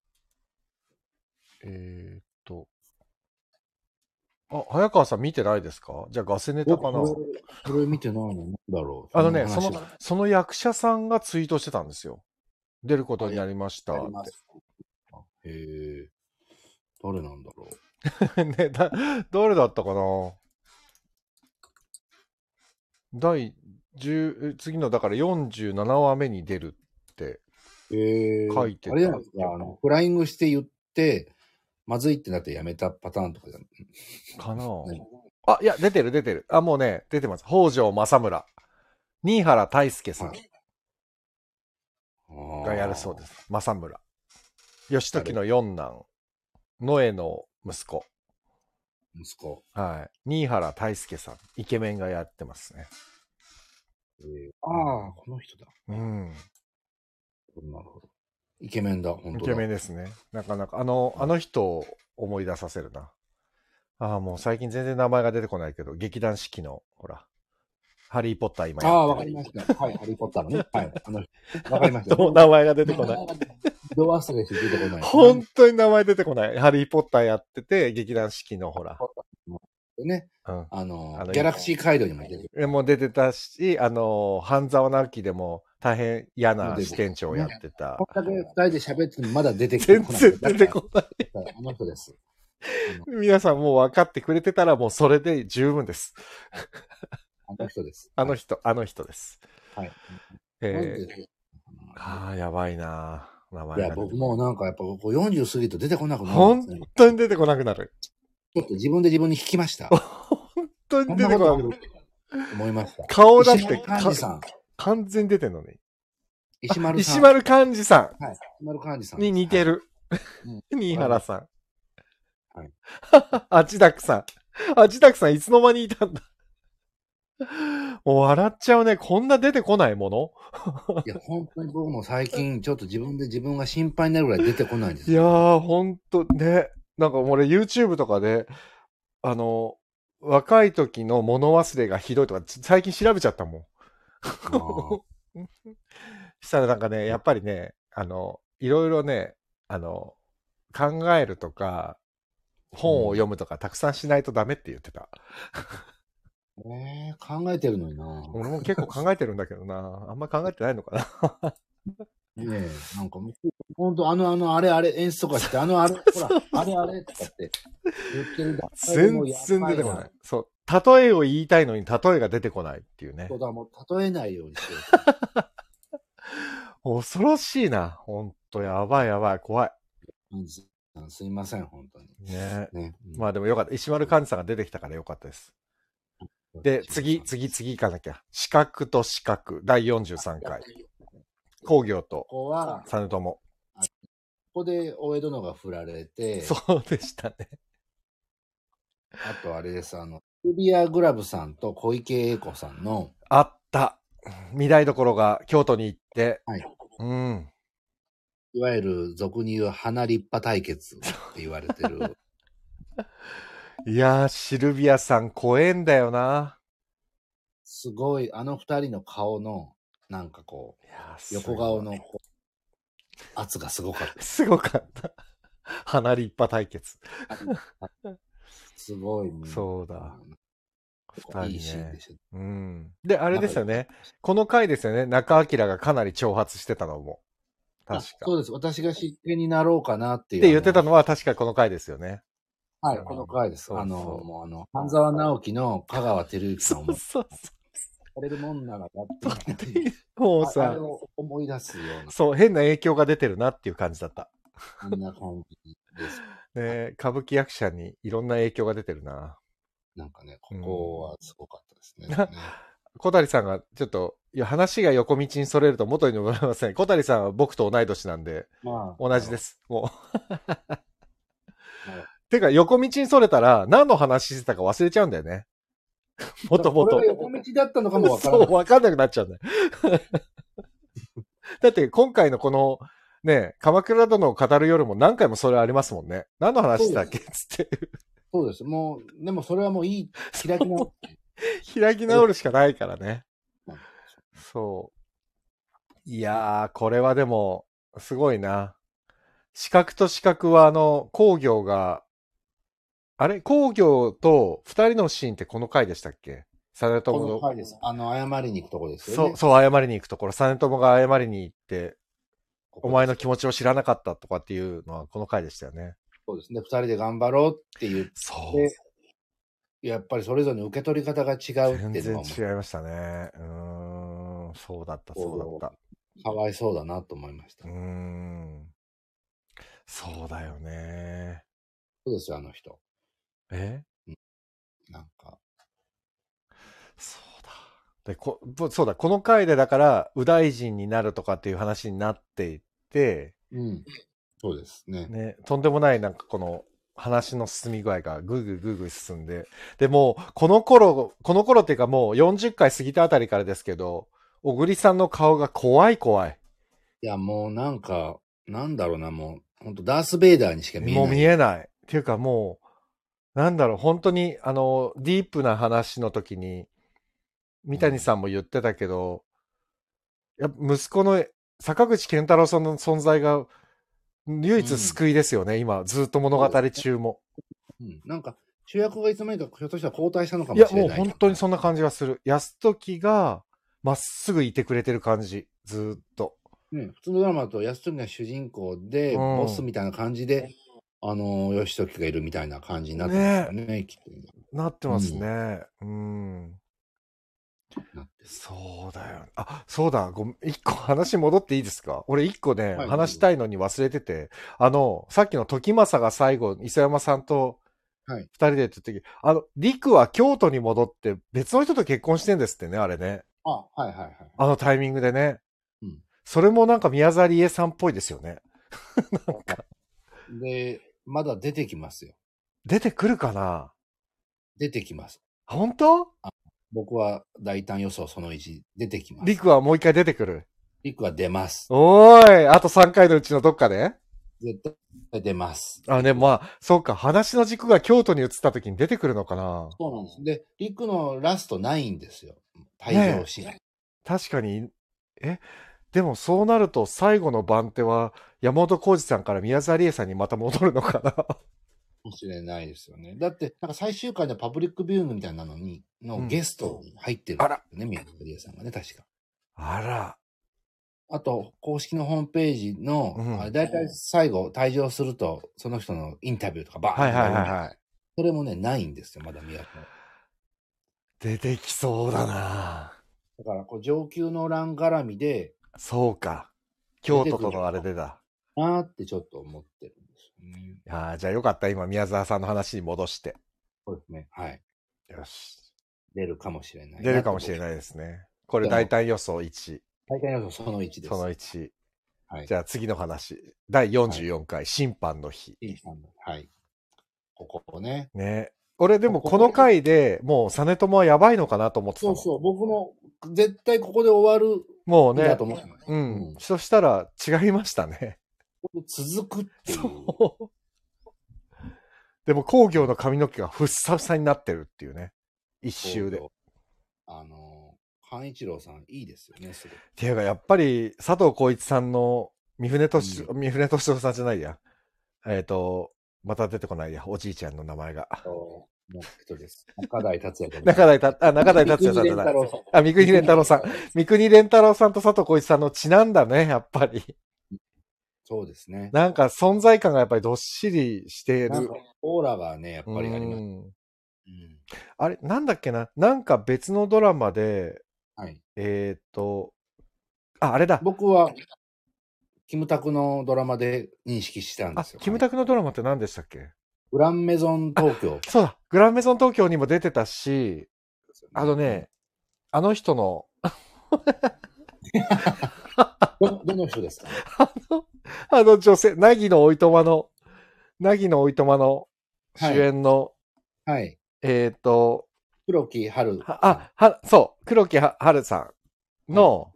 早川さん見てないですか？じゃあガセネタかな。 これ見てないのなんだろう。 その役者さんがツイートしてたんですよ。出ることになりましたって。 へえ。誰なんだろう。ね、誰だったかな。次のだから47話目に出るって書いてた。 あれじゃないですか、フライングして言って、まずいってなってやめたパターンとかじゃないかな、いや、出てる。もうね、出てます。北条政村。新原大輔さんがやるそうです。政村。義時の四男。野江の息子。はい。新原大輔さん。イケメンがやってますね。 この人だ。 うん。 なるほど。イケメンだ、本当だ。 イケメンですね。なかなか、あの人を思い出させるな。もう最近全然名前が出てこないけど、劇団四季の、ほら、ハリーポッター今やってる。 わかりました。はい、ハリーポッターのね。はい。わかりました。 名前が出てこない。 ど忘れして出てこない。 本当に名前出てこない。ハリーポッターやってて、劇団四季のほら。 ね。 うん。 ギャラクシー街道にも出てる。もう出てたし、半沢直樹でも大変嫌な支店長をやってた。 こんだけ二人で喋ってもまだ出てこない。 全然出てこない。 あの人です。 皆さんもう分かってくれてたらもうそれで十分です。 あの人です。 あの人です。 はい。 やばいな名前。 いや、僕もなんかやっぱ40過ぎると出てこなくなる。 本当に出てこなくなる。 ちょっと自分で自分に引きました。 本当に出てこなくなる。 思いました。 顔だって完全に出てんのね。 石丸幹二さん。 はい。石丸幹二さん。 に似てる。新原さん。 はい。 アジダクさんいつの間にいたんだ。もう笑っちゃうね。こんな出てこないもの。 いや、本当に僕も最近ちょっと自分が心配になるぐらい出てこないんですよ。いやー、ほんとね。なんか俺 YouTube とかで、若い時の物忘れがひどいとか、最近調べちゃったもん。したらなんかね、やっぱりね、いろいろね、考えるとか、本を読むとかたくさんしないとダメって言ってた。 考えてるのにな。 俺も結構考えてるんだけどな。あんま考えてないのかな。 ねえ、なんか、本当あれ、演出とかして、ほら、あれとかって言ってるだけ全然出てこない。そう。例えを言いたいのに例えが出てこないっていうね。 そうだ、もう例えないようにしてる。 恐ろしいな。ほんと、やばい、怖い。 すいません、本当に。 ね。まあでもよかった。石丸幹二さんが出てきたからよかったです。で、次行かなきゃ。四角と四角、第43回。工業と、実朝。 ここで大江殿が振られて。 そうでしたね。 あとあれです、ユリア・グラブさんと小池栄子さんの。 あった。未来どころが京都に行って。 はい。 うん。 いわゆる俗に言う花立派対決って言われてる。 いやー、シルビアさん怖えんだよな。 すごい、あの二人の顔の、 なんかこう、 いや横顔の圧がすごかった。 すごかった。鼻立派対決。 すごいね。 そうだ。二いい人ね。 シーンでした。 うん。で、あれですよね。この回ですよね。中明がかなり挑発してたのも。確か。 そうです。私が執権になろうかなっていう。 って言ってたのは確かこの回ですよね。 はい、この回です。 そうそうもう半沢直樹の香川照之さんをそうそうされるもんならやってみて。 もうさ、 あれを思い出すような。 そう、変な影響が出てるなっていう感じだった。 あんな感じです。 ね、歌舞伎役者にいろんな影響が出てるな。 なんかね、ここはすごかったですね。 小谷さんがちょっと、いや、話が横道にそれると元に戻りません。小谷さんは僕と同い年なんで、 まあ、 同じです。もう。てか、横道にそれたら、何の話してたか忘れちゃうんだよね。もともと。 これが横道だったのかもわからない。 そう、わかんなくなっちゃうんだよ。だって、今回のこの、ね、鎌倉殿を語る夜も何回もそれありますもんね。何の話したっけつって。 そうです。もう、でもそれはもういい、開き直開き直るしかないからね。そう。いやー、これはでも、すごいな。視覚と視覚は工業が、あれ工業と二人のシーンってこの回でしたっけ？実朝の。 この回です。謝りに行くとこですよね。 そう、謝りに行くところ、実朝が謝りに行って、お前の気持ちを知らなかったとかっていうのはこの回でしたよね。 そうですね。二人で頑張ろうって言って、 そう。 やっぱりそれぞれの受け取り方が違うっていうのは全然違いましたね。そうだった、そうだった。 かわいそうだなと思いました。 そうだよね。 そうですよ、あの人。なんか。 そうだ。で、そうだ、この回でだから、右大臣になるとかっていう話になっていって、 そうですね。 ね、とんでもないなんかこの話の進み具合がぐーぐーぐーぐー進んで、でもこの頃っていうかもう40回過ぎたあたりからですけど、小栗さんの顔が怖い怖い。 いや、もうなんか、なんだろうな、もう、本当ダース・ベイダーにしか見えない。 もう見えない。っていうかもう、なんだろう、本当にディープな話の時に、三谷さんも言ってたけど、息子の坂口健太郎さんの存在が唯一救いですよね、今、ずっと物語中も。 なんか、主役がいつの間にかひょっとしたら交代したのかもしれない。 いや、もう本当にそんな感じがする。安時がまっすぐいてくれてる感じ、ずっと。 普通のドラマだと安時が主人公で、ボスみたいな感じで、義時がいるみたいな感じになってますよね、きっと。 なってますね。そうだよ。あ、そうだ。一個話戻っていいですか？俺一個ね、話したいのに忘れてて、さっきの時政が最後、磯山さんと二人でって言った時、陸は京都に戻って別の人と結婚してんですってね、あれね。あのタイミングでね。それもなんか宮沢りえさんっぽいですよね。なんか。 で、まだ出てきますよ。 出てくるかな？ 出てきます。 本当？ 僕は大胆予想その1出てきます。 陸はもう一回出てくる。 陸は出ます。 おーい、あと3回のうちのどっかで絶対出ます。 ね、まあ、そうか、話の軸が京都に移った時に出てくるのかな？ そうなんです。で、陸のラストないんですよ。退場シーン。確かに、でもそうなると最後の番手は山本浩二さんから宮沢りえさんにまた戻るのかな？かもしれないですよね。だって、なんか最終回のパブリックビューイングみたいなのに、ゲストに入ってるんですよね、宮沢りえさんがね、確か。あら。あと、公式のホームページの、だいたい最後退場すると、その人のインタビューとかバーンってはい。それもね、ないんですよ、まだ宮沢。出てきそうだな。だから、上級の欄絡みで、そうか。京都とのあれでだ。なーってちょっと思ってるんですよね。じゃあよかった、今、宮沢さんの話に戻して。そうですね。はい。よし。出るかもしれない。出るかもしれないですね。これ大体予想1。大体予想その1です。その1。はい。じゃあ次の話。第44回、審判の日。審判の日。はい。ここね。ね。俺でもこの回でもう実朝はやばいのかなと思ってたの。そうそう。僕も絶対ここで終わる。もうね。そしたら違いましたね。続くっていう。そう。でも工業の髪の毛がふっさふさになってるっていうね。一周で。 寛一郎さん、いいですよね、すごい。 っていうか、やっぱり、佐藤浩市さんの、三船敏郎さんじゃないや。また出てこないや。おじいちゃんの名前が。 もう一人です。中台達也中台達也さんじゃない。三國連太郎さん。三國連太郎さんと佐藤浩市さんの血なんだね、やっぱり。 そうですね。 なんか存在感がやっぱりどっしりしている。 なんかオーラがね、やっぱりあります。 あれ、なんだっけな。なんか別のドラマで、 はい。 あれだ。 僕は、キムタクのドラマで認識したんですよ。 キムタクのドラマって何でしたっけ？ グランメゾン東京。 そうだ。グランメゾン東京にも出てたし、あの人のどの人ですか？ 女性、ナギのおいとまの主演の、 はい。黒木春。 そう、黒木春さんの、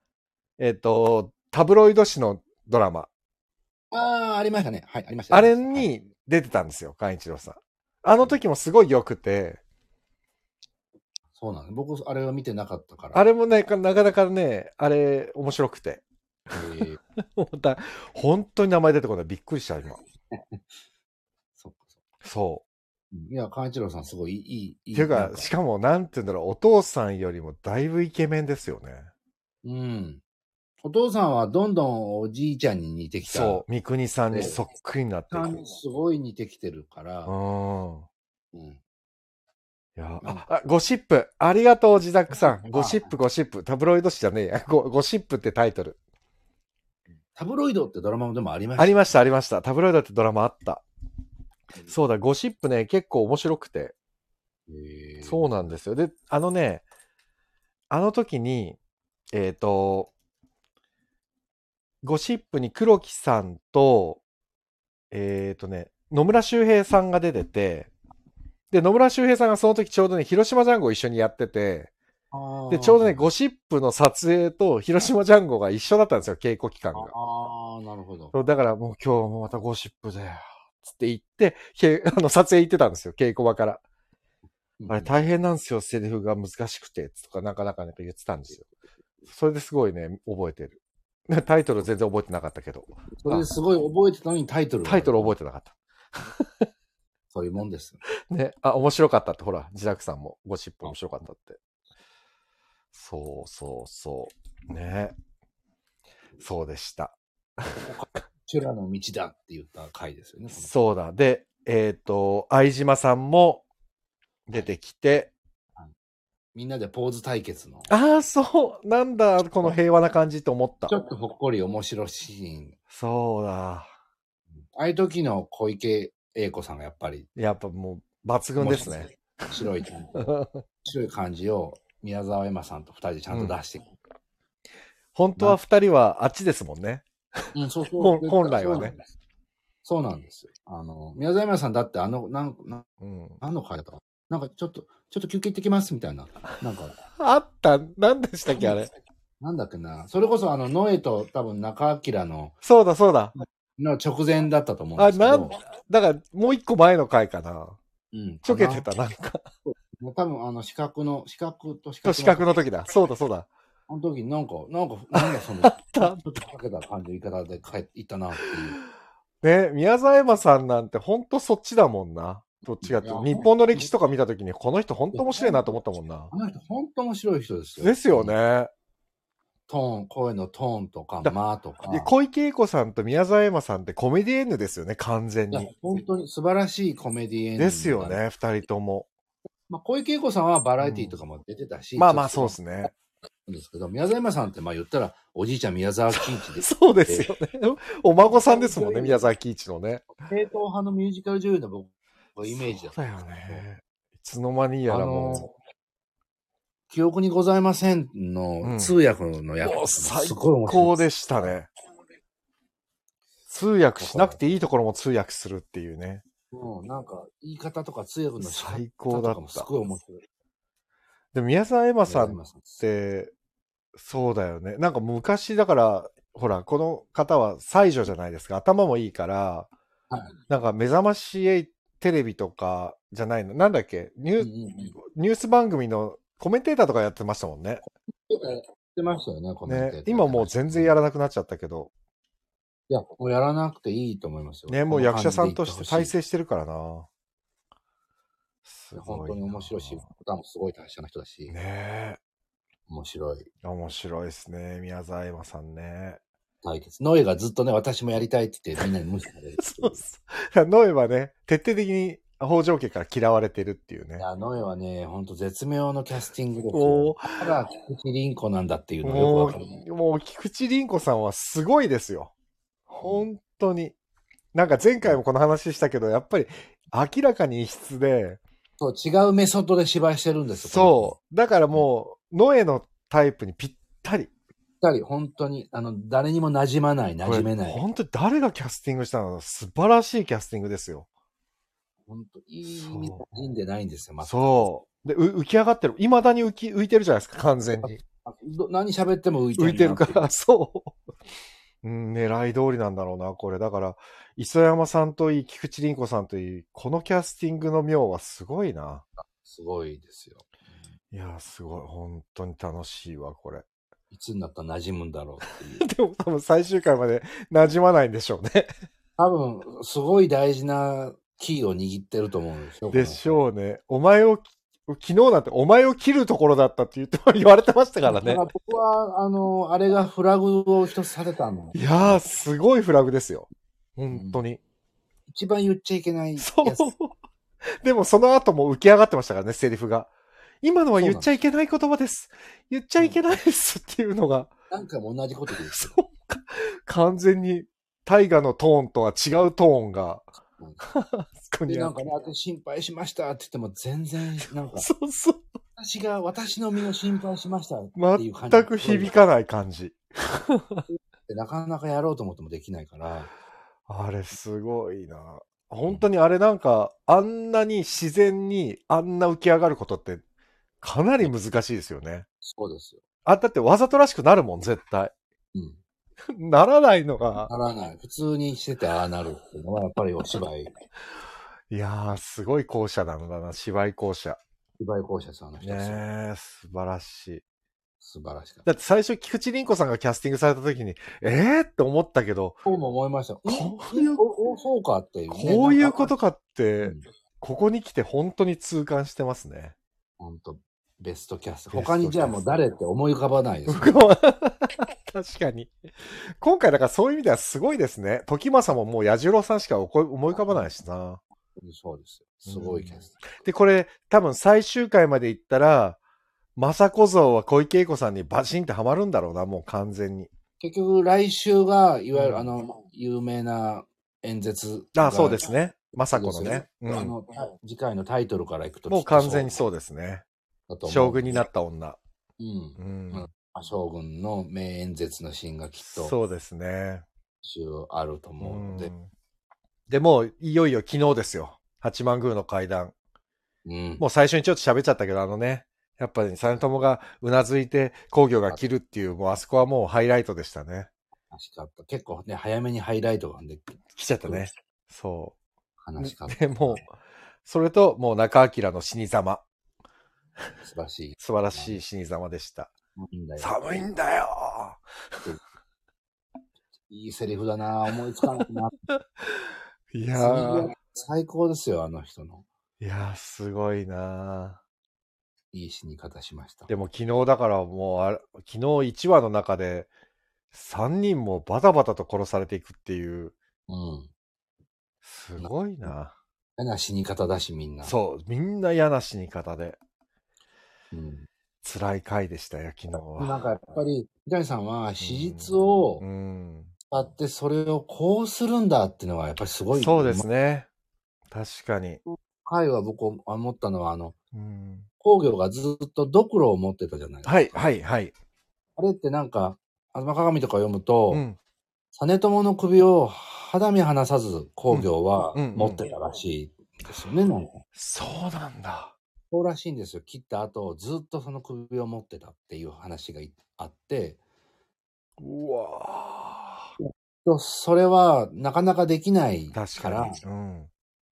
タブロイド紙のドラマ。 ありましたね。はい、ありました。 あれに出てたんですよ、寛一郎さん。あの時もすごい良くて。 そうなんです。僕、あれを見てなかったから。 あれもね、なかなかね、あれ、面白くて。本当に名前出てこない。びっくりした、今。そう。 いや、寛一郎さんすごいいい。 っていうか、しかも、なんて言うんだろう、お父さんよりもだいぶイケメンですよね。 うん。お父さんはどんどんおじいちゃんに似てきた。 そう、三國さんにそっくりになってる。 すごい似てきてるから。 いや、ゴシップ。ありがとう、ジダックさん。ゴシップ。タブロイド紙じゃねえや。ゴシップってタイトル。 タブロイドってドラマでもありました。 ありました。タブロイドってドラマあった。そうだ、ゴシップね、結構面白くて。そうなんですよ。で、あの時に、ゴシップに黒木さんと、野村周平さんが出てて、で、野村周平さんがその時ちょうどね、広島ジャンゴを一緒にやってて、で、ちょうどね、ゴシップの撮影と広島ジャンゴが一緒だったんですよ、稽古期間が。 なるほど。 だからもう今日もまたゴシップだよ、つって言って、撮影行ってたんですよ、稽古場から。あれ大変なんですよ、セリフが難しくて、とかなかなか言ってたんですよ。それですごいね、覚えてる。タイトル全然覚えてなかったけど。 それですごい覚えてたのにタイトル覚えてなかった。 そういうもんです。 ね。面白かったって、ほら、自宅さんもゴシップ面白かったって。そうね。そうでした。 修羅の道だって言った回ですよね。 そうだ。で、相島さんも出てきて、 みんなでポーズ対決の。 そう。なんだ、この平和な感じと思った。 ちょっとほっこり面白いシーン。 そうだ。 ああいう時の小池栄子さんがやっぱり。 やっぱもう抜群ですね。 白い感じを宮沢エマさんと二人でちゃんと出してくる。 本当は二人はあっちですもんね。 そう本来はね。 そうなんですよ。宮沢エマさんだって何の回だったかなんかちょっと休憩行ってきますみたいな。なんか。 あった。何でしたっけあれ。 なんだっけな。それこそノエと多分中明の。 そうだ。 の直前だったと思うんですけど。 だからもう一個前の回かな。ちょけてた、なんか。 多分四角の時だ。そうだ。 あの時なんだその、ちょっとかけた感じの言い方で言ったなっていう。ね、宮沢エマさんなんてほんとそっちだもんな。どっちかって。日本の歴史とか見たときに、この人ほんと面白いなと思ったもんな。 あの人ほんと面白い人ですよ。 ですよね。 声のトーンとか、間とか。 小池栄子さんと宮沢エマさんってコメディエンヌですよね、完全に。 本当に素晴らしいコメディエンヌ。 ですよね、二人とも。 小池栄子さんはバラエティとかも出てたし。 まあそうですね。 ですけど、宮沢エマさんって言ったら、おじいちゃん宮沢喜一で。 そうですよね。お孫さんですもんね、宮沢喜一のね。 正統派のミュージカル女優の僕のイメージだった。 そうだよね。いつの間にやらもう。 記憶にございませんの通訳の役、 すごい面白い。最高でしたね。通訳しなくていいところも通訳するっていうね。 なんか言い方とか通訳の最高だった。 すごい面白い。 で、宮沢エマさんって、そうだよね。なんか昔だから、ほら、この方は才女じゃないですか。頭もいいから、なんか目覚ましテレビとかじゃないの。なんだっけニュース番組のコメンテーターとかやってましたもんね。 やってましたよね、コメンテーター。 ね、今もう全然やらなくなっちゃったけど。 いや、もうやらなくていいと思いますよ。 ね、もう役者さんとして大成してるからな。 すごい。本当に面白いし、普段もすごい達者な人だし。 ねえ。 面白い。 面白いですね、宮沢エマさんね。 対決。ノエがずっとね、私もやりたいって言ってみんなに無視される。 そうそう。ノエはね、徹底的に北条家から嫌われてるっていうね。 いや、ノエはね、ほんと絶妙のキャスティングですよ。だから菊池凛子なんだっていうのよくわかる。 もう菊池凛子さんはすごいですよ。本当に。なんか前回もこの話したけど、やっぱり明らかに異質で。 そう、違うメソッドで芝居してるんですよ。 そう。だからもう、ノエのタイプにぴったり。 本当に、誰にも馴染まない、馴染めない。 本当に誰がキャスティングしたの？素晴らしいキャスティングですよ。 本当いい意味で馴染んでないんですよ、まそう。で、浮き上がってる。未だに浮いてるじゃないですか、完全に。 何喋っても浮いてるから、そう。狙い通りなんだろうな、これ。だから、磯山さんといい、菊池凛子さんといい、このキャスティングの妙はすごいな。 すごいですよ。 いや、すごい。本当に楽しいわ、これ。 いつになったら馴染むんだろうっていう。 でも多分最終回まで馴染まないんでしょうね。 多分、すごい大事なキーを握ってると思うんですよ。 でしょうね。昨日なんてお前を切るところだったって言われてましたからね。 だから僕は、あれがフラグを一つされたの。 いやー、すごいフラグですよ。本当に。 一番言っちゃいけないやつ。 そう。でもその後も浮き上がってましたからね、セリフが。今のは言っちゃいけない言葉です。言っちゃいけないですっていうのが。 なんかも同じこと言う。 そうか。完全に大河のトーンとは違うトーンが。 で、なんかね、私心配しましたって言っても全然、なんか、 そうそう。 私の身を心配しましたっていう感じ。 全く響かない感じ。 なかなかやろうと思ってもできないから。 あれすごいな。本当にあれなんか、あんなに自然にあんな浮き上がることってかなり難しいですよね。 そうですよ。 だってわざとらしくなるもん、絶対。ならないのが。 ならない。普通にしててああなるっていうのはやっぱりお芝居。 いやー、すごい校舎なんだな、芝居校舎。 芝居校舎さんの人ですよ。 ねえ、素晴らしい。 素晴らしかった。 だって最初、菊池凛子さんがキャスティングされた時に、って思ったけど。 そうも思いました。そうかっていう、 ね。こういうことかって、ここに来て本当に痛感してますね。 本当ベストキャスト。他にじゃあもう誰って思い浮かばないです、ね。 確かに。今回だからそういう意味ではすごいですね。時政ももう彌十郎さんしか思い浮かばないしな。 そうですよ。すごいキャスト。 で、これ多分最終回まで行ったら、政子像は小池栄子さんにバシンってはまるんだろうな、もう完全に。 結局来週が、いわゆる有名な演説。 そうですね。政子のね。 次回のタイトルからいくと。 もう完全にそうですね。将軍になった女。 将軍の名演説のシーンがきっと。 そうですね。 あると思うので。 で、もういよいよ昨日ですよ。八幡宮の階段。もう最初にちょっと喋っちゃったけど、やっぱり実朝がうなずいて公暁が切るっていう、もうあそこはもうハイライトでしたね。 悲しかった。結構ね、早めにハイライトが来ちゃったね。そう。 悲しかった。 で、もう、それと、もう中明の死に様。 素晴らしい。 素晴らしい死に様でした。寒いんだよ。 いいセリフだな、思いつかないな。 いやー。 最高ですよ、あの人の。 いやー、すごいないい死に方しました。 でも昨日だからもう昨日1話の中で3人もバタバタと殺されていくっていう。すごいな。 嫌な死に方だし、みんな。 そう、みんな嫌な死に方で。辛い回でしたよ、昨日は。 なんかやっぱり、三谷さんは史実を使ってそれをこうするんだっていうのがやっぱりすごい。 そうですね。確かに。 回は僕思ったのは、公暁がずっとドクロを持ってたじゃないですか。 はい、はい、はい。 あれってなんか、吾妻鏡とか読むと、実朝の首を肌身離さず公暁は持ってたらしいですよね、なんか。 そうなんだ。 そうらしいんですよ。切った後、ずっとその首を持ってたっていう話があって。 うわそれはなかなかできないから、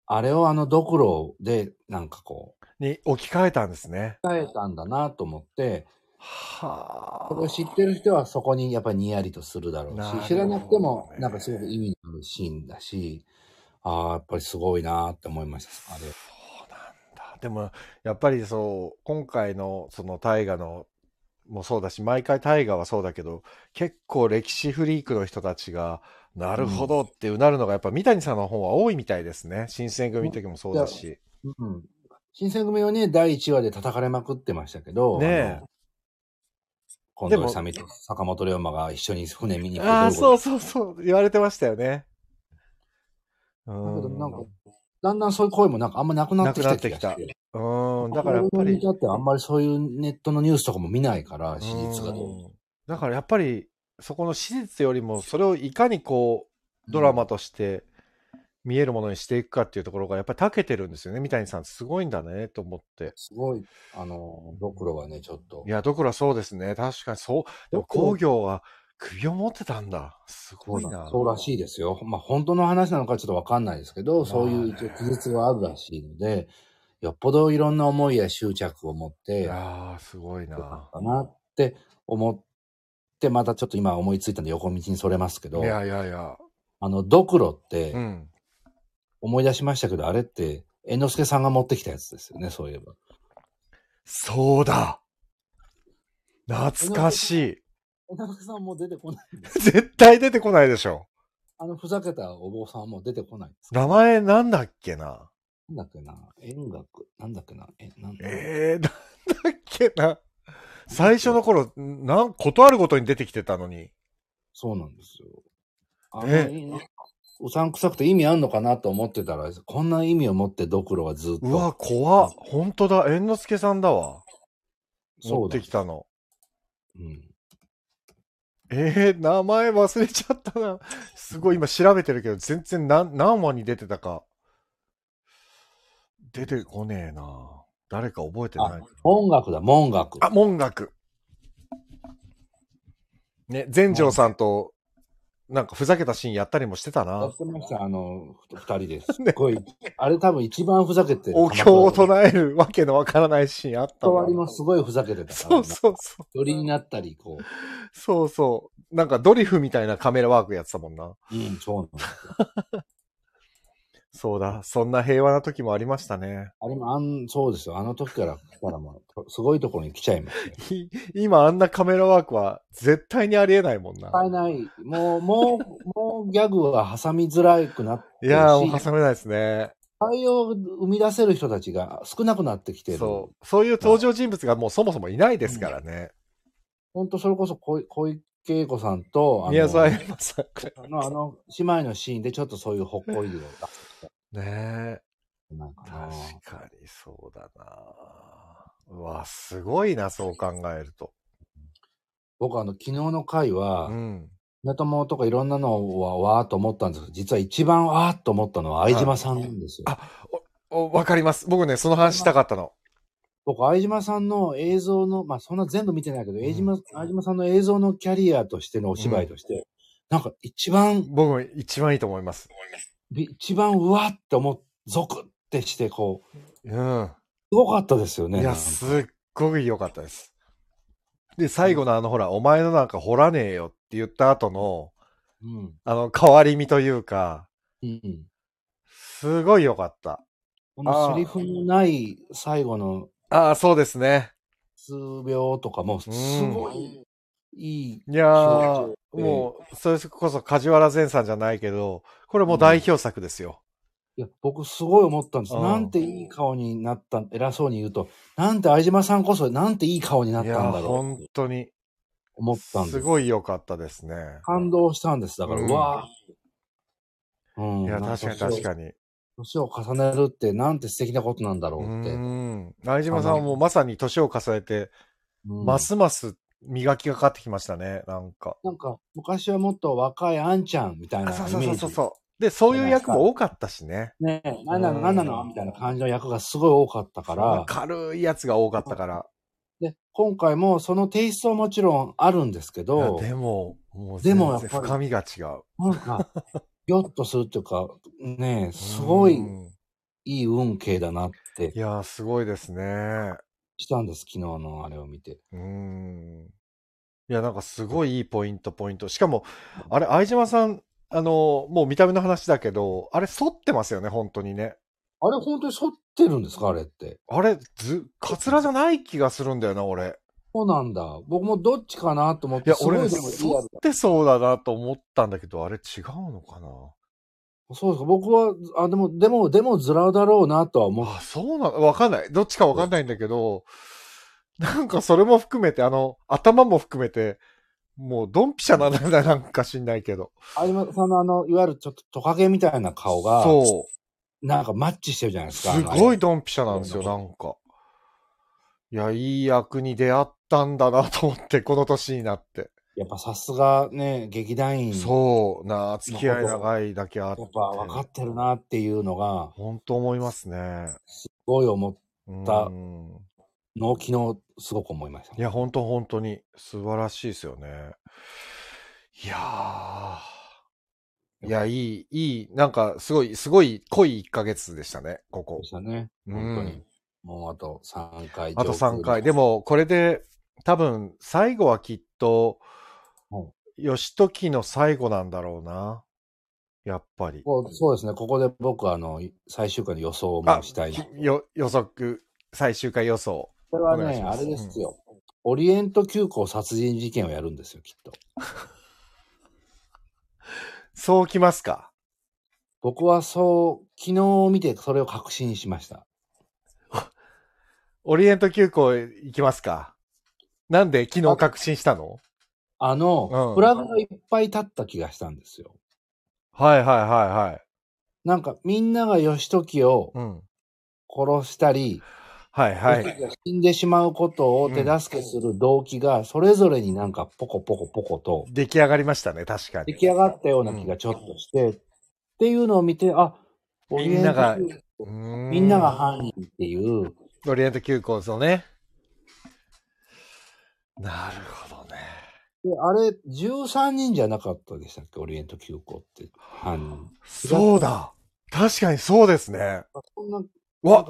あれをドクロで、なんかこう。に置き換えたんですね。 う、変えたんだなと思って、 はそれを知ってる人はそこにやっぱりニヤリとするだろうし、知らなくても、なんかすごく意味のあるシーンだし、やっぱりすごいなって思いました、あれ。 そうなんだ。でも、やっぱり今回のその大河のもそうだし、毎回大河はそうだけど、結構歴史フリークの人たちが、なるほどってうなるのが、やっぱ三谷さんの方は多いみたいですね。新選組の時もそうだし。 うん。新選組はね、第1話で叩かれまくってましたけど、 ねえ。 近藤勇と坂本龍馬が一緒に船見に行く。 ああ、そうそうそう。言われてましたよね。 だけどなんか、だんだんそういう声もなんかあんまなくなってきた気がして。 だからやっぱり。 だってあんまりそういうネットのニュースとかも見ないから、史実がどう。 だからやっぱり、そこの史実よりも、それをいかにこう、ドラマとして見えるものにしていくかっていうところが、やっぱり長けてるんですよね。三谷さん、すごいんだね、と思って。 すごい、ドクロはね、ちょっと。 いや、ドクロはそうですね。確かにそう。でも工業は首を持ってたんだ。すごいな。 そうらしいですよ。まあ、本当の話なのかちょっとわかんないですけど、そういう一応記述があるらしいので、よっぽどいろんな思いや執着を持って、 すごいな。 かなって思って、またちょっと今思いついたんで横道にそれますけど、 いや。 ドクロって、思い出しましたけど、あれって、猿之助さんが持ってきたやつですよね、そういえば。 そうだ。懐かしい。 猿之助さんもう出てこないんです。 絶対出てこないでしょ。 ふざけたお坊さんはもう出てこないんです。 名前なんだっけな。 なんだっけな。円楽。なんだっけな。 なんだっけな。最初の頃、ことあるごとに出てきてたのに。 そうなんですよ。うさんくさくて意味あんのかなと思ってたら、こんな意味を持ってドクロがずっと。 うわ、怖っ。ほんとだ。猿之助さんだわ。持ってきたの。うん。名前忘れちゃったな。すごい今調べてるけど、全然何話に出てたか。出てこねえな。誰か覚えてない。 門学だ、門学。 門学。ね、全成さんと、なんかふざけたシーンやったりもしてたな。 やってました、二人です。すごい。あれ多分一番ふざけてる。 お経を唱えるわけのわからないシーンあったな。 代わりもすごいふざけてたから。 そう。 寄りになったり、こう。 そう。なんかドリフみたいなカメラワークやってたもんな。 そうなんですよ。 そうだ。そんな平和な時もありましたね。 そうですよ。あの時から来たらもう、すごいところに来ちゃいますね。今あんなカメラワークは絶対にありえないもんな。 絶対ない。もうギャグは挟みづらくなってるし。 いやもう挟めないですね。 対応を生み出せる人たちが少なくなってきてる。 そういう登場人物がもうそもそもいないですからね。 本当それこそ小池栄子さんと、 宮沢エマさん。 姉妹のシーンでちょっとそういうほっこりを出す。 ねえ。 なんか確かにそうだな。うわ、すごいな、そう考えると。 僕昨日の回は、ネトモとかいろんなのはわーっと思ったんですけど、実は一番わーっと思ったのは相島さんなんですよ。 わかります。僕ね、その話したかったの。 僕、相島さんの映像の、まあそんな全部見てないけど、相島さんの映像のキャリアとしてのお芝居として、なんか僕も一番いいと思います。 一番うわってゾクってして、こう。すごかったですよね。 いや、すっごい良かったです。で、最後のほら、お前のなんか掘らねえよって言った後の、変わり身というか、すごい良かった。 このセリフのない最後の。 そうですね。 数秒とかも、すごいいい。 いやー、もう、それこそ梶原善さんじゃないけど、これもう代表作ですよ。 いや、僕すごい思ったんです。なんていい顔になった、偉そうに言うと、なんて相島さんこそなんていい顔になったんだろう。 本当に。 思ったんです。 すごい良かったですね。 感動したんです。だから、うわいや、確かに。 年を重ねるってなんて素敵なことなんだろうって。 相島さんはもうまさに年を重ねて、ますます磨きがかかってきましたね、なんか。 昔はもっと若いあんちゃんみたいなイメージ。 そう。で、そういう役も多かったしね。 ねえ、なんなのみたいな感じの役がすごい多かったから。 軽いやつが多かったから。 で、今回もそのテイストはもちろんあるんですけど。 でも全然深みが違う。 なんか、ギョッとするっていうか、ねえ、すごいいい運慶だなっていやー、すごいですね。 したんです、昨日のあれを見て。 いや、なんかすごいいいポイント。しかも、あれ、相島さん、もう見た目の話だけど、あれ、反ってますよね、本当にね。 あれ本当に反ってるんですかあれって。 あれ、カツラじゃない気がするんだよな、俺。 そうなんだ。僕もどっちかなと思って、 いや、俺、 すごいでもリアルだ。 反ってそうだなと思ったんだけど、あれ違うのかな。 そうですか。僕は、でもズラだろうなとは思って。 あ、そうなのわかんない。どっちかわかんないんだけど、なんかそれも含めて、頭も含めて、もうドンピシャなんだなんか知んないけど。 相島さんのいわゆるちょっとトカゲみたいな顔が、 そう。 なんかマッチしてるじゃないですか。 すごいドンピシャなんですよ、なんか。いや、いい役に出会ったんだなと思って、この年になって。 やっぱさすがね、劇団員。 そうな、付き合い長いだけあって。 やっぱ分かってるなっていうのが、 本当思いますね。 すごい思ったのを昨日すごく思いました。 いや、本当に素晴らしいですよね。いや、いい、なんか、すごい濃い1ヶ月でしたね、ここ。 でしたね。本当に。もうあと3回。 あと3回。でも、これで、多分、最後はきっと、義時の最後なんだろうな。やっぱり。 そうですね。ここで僕最終回の予想もしたい。 予測、最終回予想。 これはね、あれですよ。オリエント急行殺人事件をやるんですよ、きっと。 そうきますか。 僕は昨日見てそれを確信しました。 オリエント急行行きますか。なんで昨日確信したの？ フラグがいっぱい立った気がしたんですよ。 はい。 なんかみんなが義時を殺したり、義時が死んでしまうことを手助けする動機がそれぞれになんかポコと出来上がりましたね、確かに。 出来上がったような気がちょっとして、っていうのを見て、 みんなが犯人っていう。 オリエント急行のね。なるほどね。 で、あれ、13人じゃなかったでしたっけ、オリエント急行って。犯人。 そうだ。確かにそうですね。 怖っ。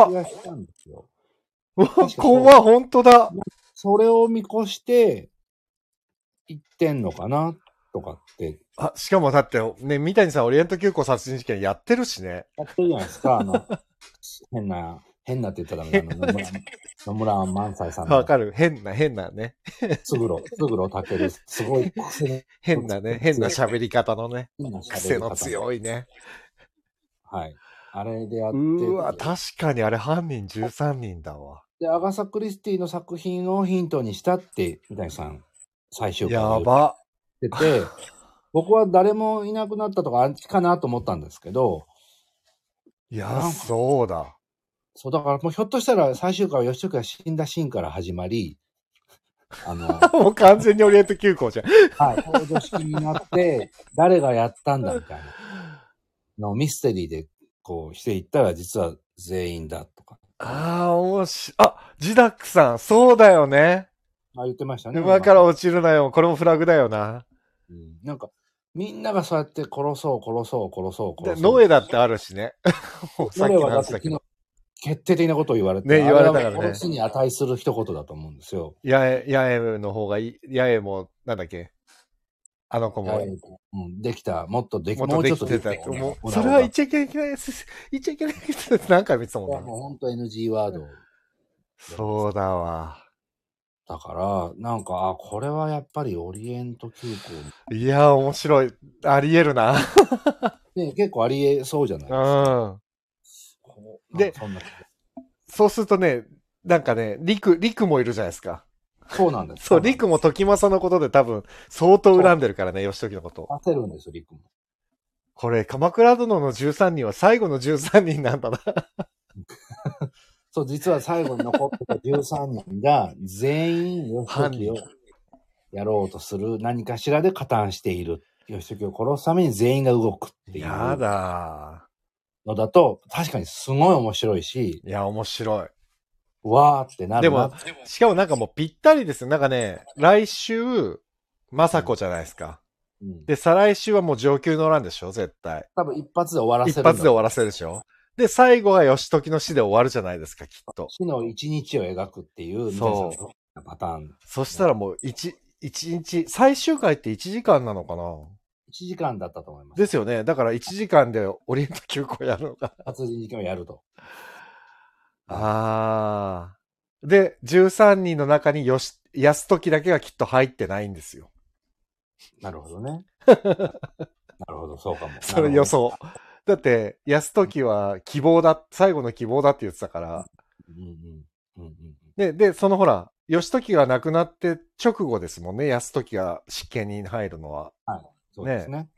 怖っ、本当だ。 それを見越して、言ってんのかなとかって。 しかもだってね、三谷さんオリエント急行殺人事件やってるしね。 やってるじゃないですか。変なって言ったらダメな野村萬斎さんの。 わかる。変なね。 つぐろたける。すごい変な喋り方のね。癖の強いね。 はい。あれでやって。 うわ、確かにあれ犯人13人だわ。 で、アガサ・クリスティの作品をヒントにしたって、三谷さん、最終回やば。 ってて、僕は誰もいなくなったとかあっちかなと思ったんですけど。 いや、そうだ。 そう、だからもうひょっとしたら最終回は義時が死んだシーンから始まり、 もう完全にオリエント急行じゃん。 はい、登場式になって、誰がやったんだみたいなのミステリーでこうしていったら実は全員だとか。 ジダックさん、そうだよね。 言ってましたね。 馬から落ちるなよ。これもフラグだよな。 なんか、みんながそうやって殺そう。 ノエだってあるしね。 ノエはだって昨日、決定的なことを言われて。 ね、言われたからね。 殺すに値する一言だと思うんですよ。 八重の方がいい。八重も、なんだっけ。あの子も。 できた。もうちょっとできた。 それは言っちゃいけないです。言っちゃいけないです。何回も言ってたもんね。 もう本当 NG ワード。 そうだわ。 だから、なんか、これはやっぱりオリエント急行。 いや、面白い。あり得るな。 ね、結構あり得そうじゃないですか。 で、そうするとね、なんかね、陸もいるじゃないですか。 そうなんです。 そう、陸も時政のことで多分、相当恨んでるからね、義時のことを。 焦るんですよ、陸も。 これ、鎌倉殿の13人は最後の13人なんだな。 そう、実は最後に残ってた13人が、全員義時をやろうとする何かしらで加担している。義時を殺すために全員が動くっていう。 やだのだと、確かにすごい面白いし。 いや、面白い。 わーってなるな。 でも、しかもなんかもうぴったりですよ。なんかね、来週、政子じゃないですか。で、再来週はもう上級の乱でしょ、絶対。 多分一発で終わらせる。 一発で終わらせるでしょ。 で、最後は義時の死で終わるじゃないですか、きっと。 死の一日を描くっていう、 そう。 パターン。 そしたらもう一日、最終回って1時間なのかな 1時間だったと思います。 ですよね。だから1時間でオリエント急行やるのか。 殺人事件をやると。 ああ。で、13人の中に泰時だけがきっと入ってないんですよ。 なるほどね。なるほど、そうかも。 それ予想。だって、泰時は希望だ、最後の希望だって言ってたから。で、そのほら、義時が亡くなって直後ですもんね、泰時が執権に入るのは。 はい。そうですね。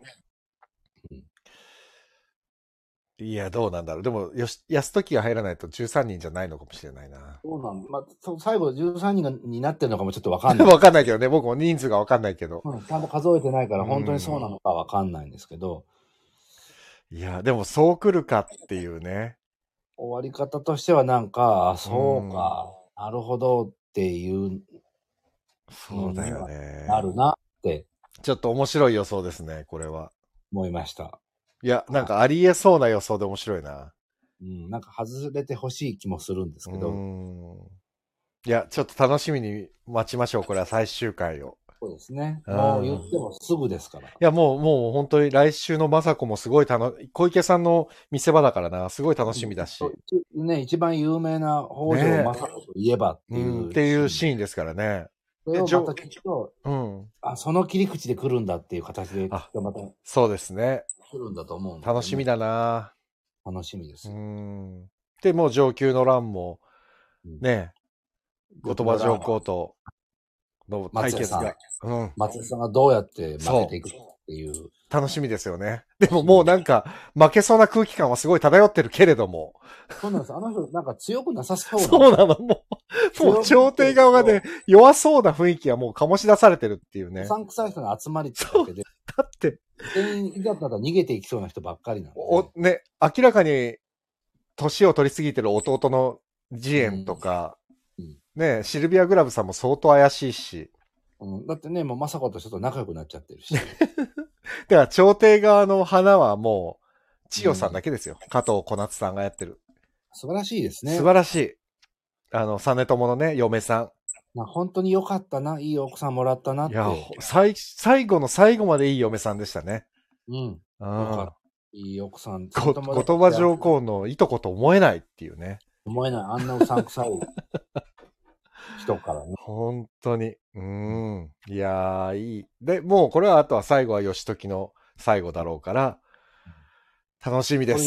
いや、どうなんだろう。でも、泰時が入らないと13人じゃないのかもしれないな。 そうなんだ。まあ、最後13人になってるのかもちょっとわかんない。 わかんないけどね。僕も人数がわかんないけど。 ちゃんと数えてないから本当にそうなのかわかんないんですけど。 いや、でもそう来るかっていうね。 終わり方としてはなんか、そうか、なるほどっていう。 そうだよね。 なるなって。 ちょっと面白い予想ですね、これは。 思いました。 いや、なんかありえそうな予想で面白いな。 なんか外れてほしい気もするんですけど。 いや、ちょっと楽しみに待ちましょう、これは最終回を。 そうですね。もう言ってもすぐですから。いや、もう本当に来週の雅子もすごい小池さんの見せ場だからな、すごい楽しみだし。 ね、一番有名な北条雅子といえばっていう、 っていうシーンですからね。 それをまたきっと、その切り口で来るんだっていう形で、また。 そうですね。 来るんだと思うんで、 楽しみだな。 楽しみです。 で、もう上級の乱も、ね、後鳥羽上皇との対決が。 松江さんがどうやって負けていくかっていう。 楽しみですよね。でももうなんか、負けそうな空気感はすごい漂ってるけれども。 そうなんです。あの人なんか強くなさそうな。 そうなの。もう朝廷側がね、弱そうな雰囲気はもう醸し出されてるっていうね。 うさんくさい人の集まりってだけで。 だって。 全員いざとなったら逃げていきそうな人ばっかりなんで。 ね、明らかに、年を取りすぎてる弟のジエンとか、ね、シルビア・グラブさんも相当怪しいし。 だってね、もう雅子とちょっと仲良くなっちゃってるし。だから朝廷側の花はもう、千代さんだけですよ。加藤小夏さんがやってる。 素晴らしいですね。 素晴らしい。実朝のね、嫁さん。 本当に良かったな、いい奥さんもらったなって。いや、 最後の最後までいい嫁さんでしたね。 よかった。いい奥さん。 後鳥羽上皇のいとこと思えないっていうね。 思えない。あんなうさんくさい人からね。 本当に。いやー、いい。で、もうこれはあとは最後は義時の最後だろうから、楽しみです。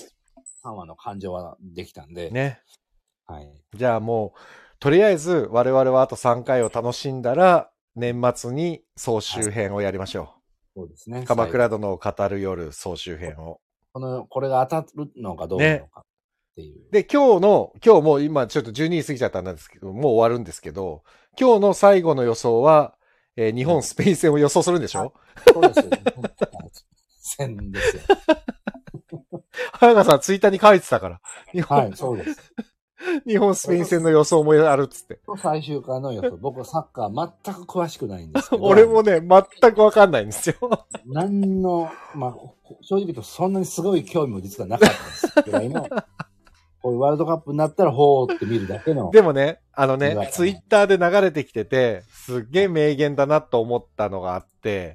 3話の感情はできたんで。 ね。 はい。 じゃあもう、とりあえず我々はあと3回を楽しんだら、年末に総集編をやりましょう。 そうですね。 鎌倉殿を語る夜総集編を。 これが当たるのかどうなのかっていう。 で、今日もう今ちょっと12時過ぎちゃったんですけど、もう終わるんですけど、今日の最後の予想は、日本スペイン戦を予想するんでしょ？ そうですよ。戦ですよ。 早川さんツイッターに書いてたから。 はい、そうです。 日本スペイン戦の予想もやるっつって。 最終回の予想。僕はサッカー全く詳しくないんですけど。 俺もね、全くわかんないんですよ。 何の、正直言うとそんなにすごい興味も実はなかったですぐらいの。こういうワールドカップになったらほーって見るだけの。 でもね、ツイッターで流れてきてて、すっげえ名言だなと思ったのがあって、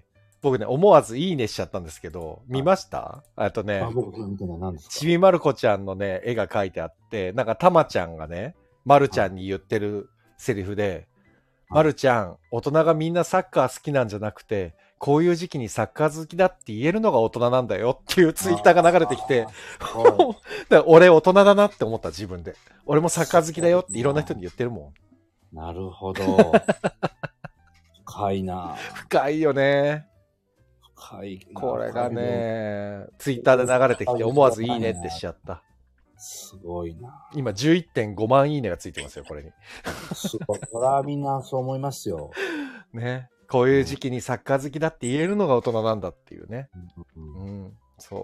僕ね、思わずいいねしちゃったんですけど、見ました？ 僕見てない。何ですか？ ちびまる子ちゃんのね、絵が描いてあって、なんかたまちゃんがね、まるちゃんに言ってるセリフで、まるちゃん、大人がみんなサッカー好きなんじゃなくて、こういう時期にサッカー好きだって言えるのが大人なんだよっていうツイッターが流れてきて、俺大人だなって思った自分で。俺もサッカー好きだよっていろんな人に言ってるもん。なるほど。深いな。 深いよね。 深い。 これがね、ツイッターで流れてきて思わずいいねってしちゃった。 すごいな。 今 11.5 万いいねがついてますよ、これに。 すごい。それはみんなそう思いますよ。 ね。こういう時期にサッカー好きだって言えるのが大人なんだっていうね。そう。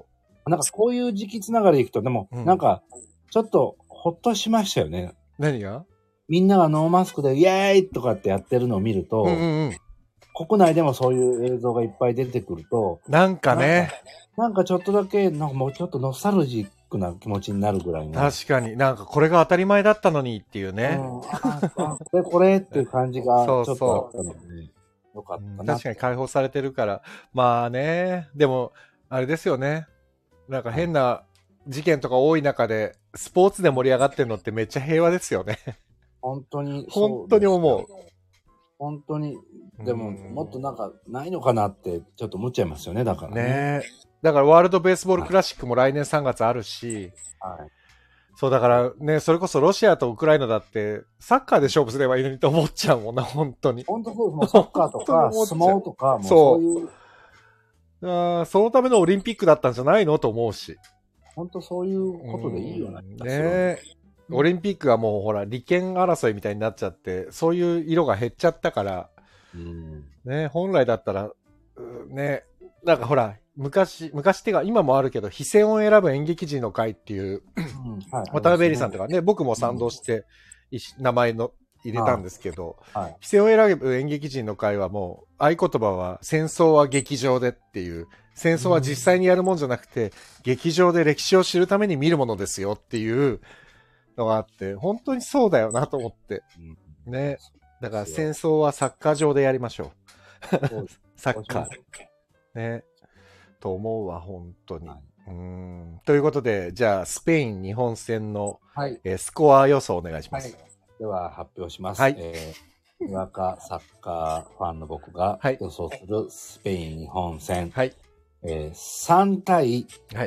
なんかこういう時期つながりでいくと、でも、なんか、ちょっとほっとしましたよね。 何が？ みんながノーマスクでイエーイとかってやってるのを見ると、国内でもそういう映像がいっぱい出てくると、 なんかね。 なんかちょっとだけ、なんかもうちょっとノスタルジクな気持ちになるぐらいの。 確かに。なんかこれが当たり前だったのにっていうね。 これっていう感じがちょっとあったので、よかったな。 確かに解放されてるから。まあね。でも、あれですよね。なんか変な事件とか多い中で、スポーツで盛り上がってるのってめっちゃ平和ですよね。 本当に。 本当に思う。 本当に。でも、もっとなんかないのかなってちょっと思っちゃいますよね、だからね。だからワールドベースボールクラシックも来年3月あるし、 はい、 そうだからね、それこそロシアとウクライナだってサッカーで勝負すればいいのにと思っちゃうもんな、本当に。 本当そうです。もうサッカーとか相撲とか、もうそういう。 そのためのオリンピックだったんじゃないのと思うし。 本当そういうことでいいよね。 ね。オリンピックはもうほら、利権争いみたいになっちゃって、そういう色が減っちゃったから、ね、本来だったら、ね、なんかほら、昔ってか今もあるけど、非戦を選ぶ演劇人の会っていう、渡辺恵里さんとかね、僕も賛同して、名前の入れたんですけど、非戦を選ぶ演劇人の会はもう、合言葉は、戦争は劇場でっていう、戦争は実際にやるもんじゃなくて、劇場で歴史を知るために見るものですよっていうのがあって、本当にそうだよなと思って。ね。だから戦争はサッカー場でやりましょう。サッカー。ね。と思うわ、本当に。ということで、じゃあ、スペイン日本戦の、スコア予想お願いします。 では、発表します。にわかサッカーファンの僕が予想するスペイン日本戦。3対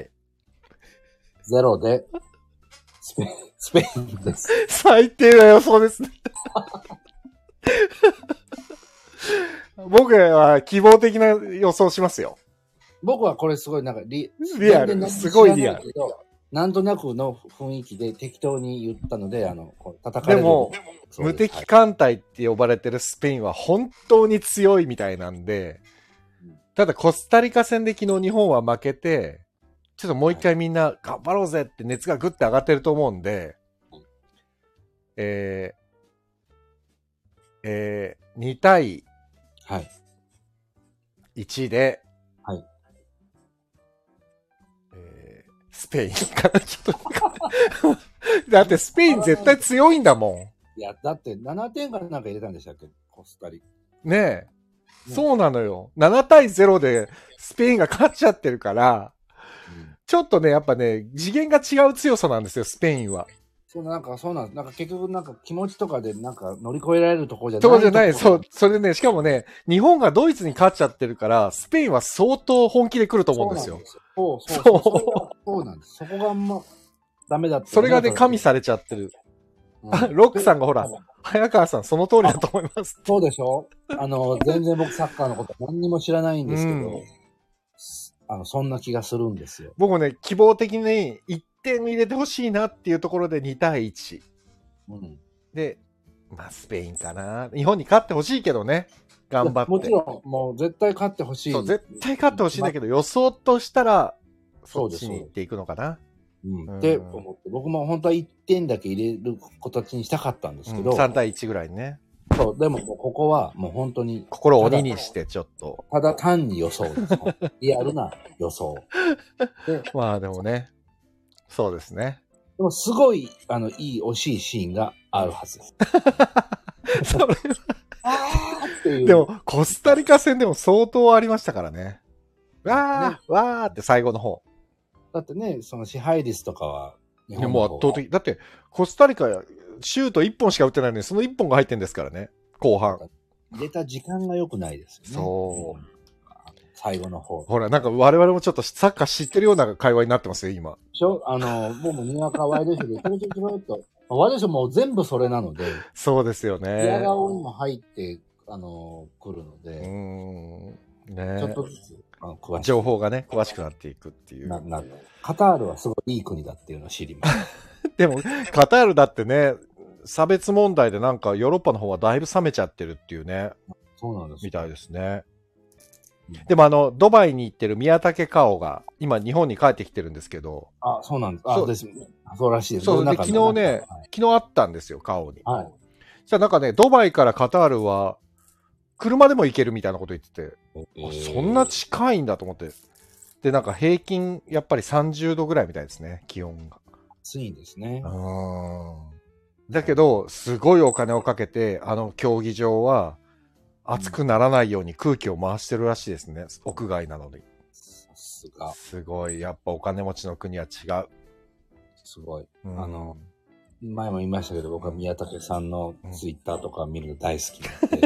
0でスペインです。 最低な予想ですね。僕は希望的な予想しますよ。 僕はこれすごいなんかリアル、すごいリアル。 なんとなくの雰囲気で適当に言ったので、叩かれる。 でも、無敵艦隊って呼ばれてるスペインは本当に強いみたいなんで、ただコスタリカ戦で昨日日本は負けて、ちょっともう一回みんな頑張ろうぜって熱がグッて上がってると思うんで、2対1で、スペインかな、ちょっと。だってスペイン絶対強いんだもん。 いや、だって7点からなんか入れたんでしたっけ、コスタリカ。 ねえ。そうなのよ。7対0でスペインが勝っちゃってるから、ちょっとね、やっぱね、次元が違う強さなんですよ、スペインは。 そうなんか結局なんか気持ちとかでなんか乗り越えられるところじゃない。 ところじゃない、そう、それね、しかもね、日本がドイツに勝っちゃってるから、スペインは相当本気で来ると思うんですよ。 そうなんです。そこがあんまダメだった、ね。 それがね、加味されちゃってる。ロックさんがほら、早川さんその通りだと思います。 そうでしょ？全然僕サッカーのこと何にも知らないんですけど、そんな気がするんですよ。 僕もね、希望的に1点入れてほしいなっていうところで2対1。で、まあスペインかな。日本に勝ってほしいけどね。頑張って。 もちろん、もう絶対勝ってほしい。 そう、絶対勝ってほしいんだけど、予想としたら、そっちに行っていくのかな。 って思って、僕も本当は1点だけ入れる形にしたかったんですけど。 3対1ぐらいね。 そう、でももうここはもう本当に。 心を鬼にしてちょっと。 ただ単に予想です。リアルな予想。 まあでもね。そうですね。 でもすごい、いい惜しいシーンがあるはずです。 それは。でも、コスタリカ戦でも相当ありましたからね。わーって最後の方。 だってね、その支配率とかは日本の方がもう圧倒的。だって、コスタリカシュート1本しか打ってないのに、その1本が入ってんですからね。後半。 入れた時間が良くないですよね。 そう。 最後の方。 ほら、なんか我々もちょっとサッカー知ってるような会話になってますよ、今。 僕もにわかワイドショーで、ちょっと、ワイドショーも全部それなので。 そうですよね。 リア顔にも入って、来るので。 ね、 ちょっとずつ。 情報がね、詳しくなっていくっていう。 カタールはすごいいい国だっていうのを知ります。 でも、カタールだってね、差別問題でなんかヨーロッパの方はだいぶ冷めちゃってるっていうね。 そうなんです。 みたいですね。でもドバイに行ってる宮武薫が今日本に帰ってきてるんですけど。 あ、そうなんです。あ、です。そうらしいです。 そうで、昨日ね、昨日会ったんですよ、薫に。 はい。 そしたらなんかね、ドバイからカタールは、車でも行けるみたいなこと言ってて、そんな近いんだと思って。 で、なんか平均、やっぱり30度ぐらいみたいですね、気温が。 暑いんですね。 だけど、すごいお金をかけて、競技場は、暑くならないように空気を回してるらしいですね。屋外なのに。 さすが。 すごい。やっぱお金持ちの国は違う。 すごい。前も言いましたけど、僕は宮武さんのツイッターとか見るの大好きなんで、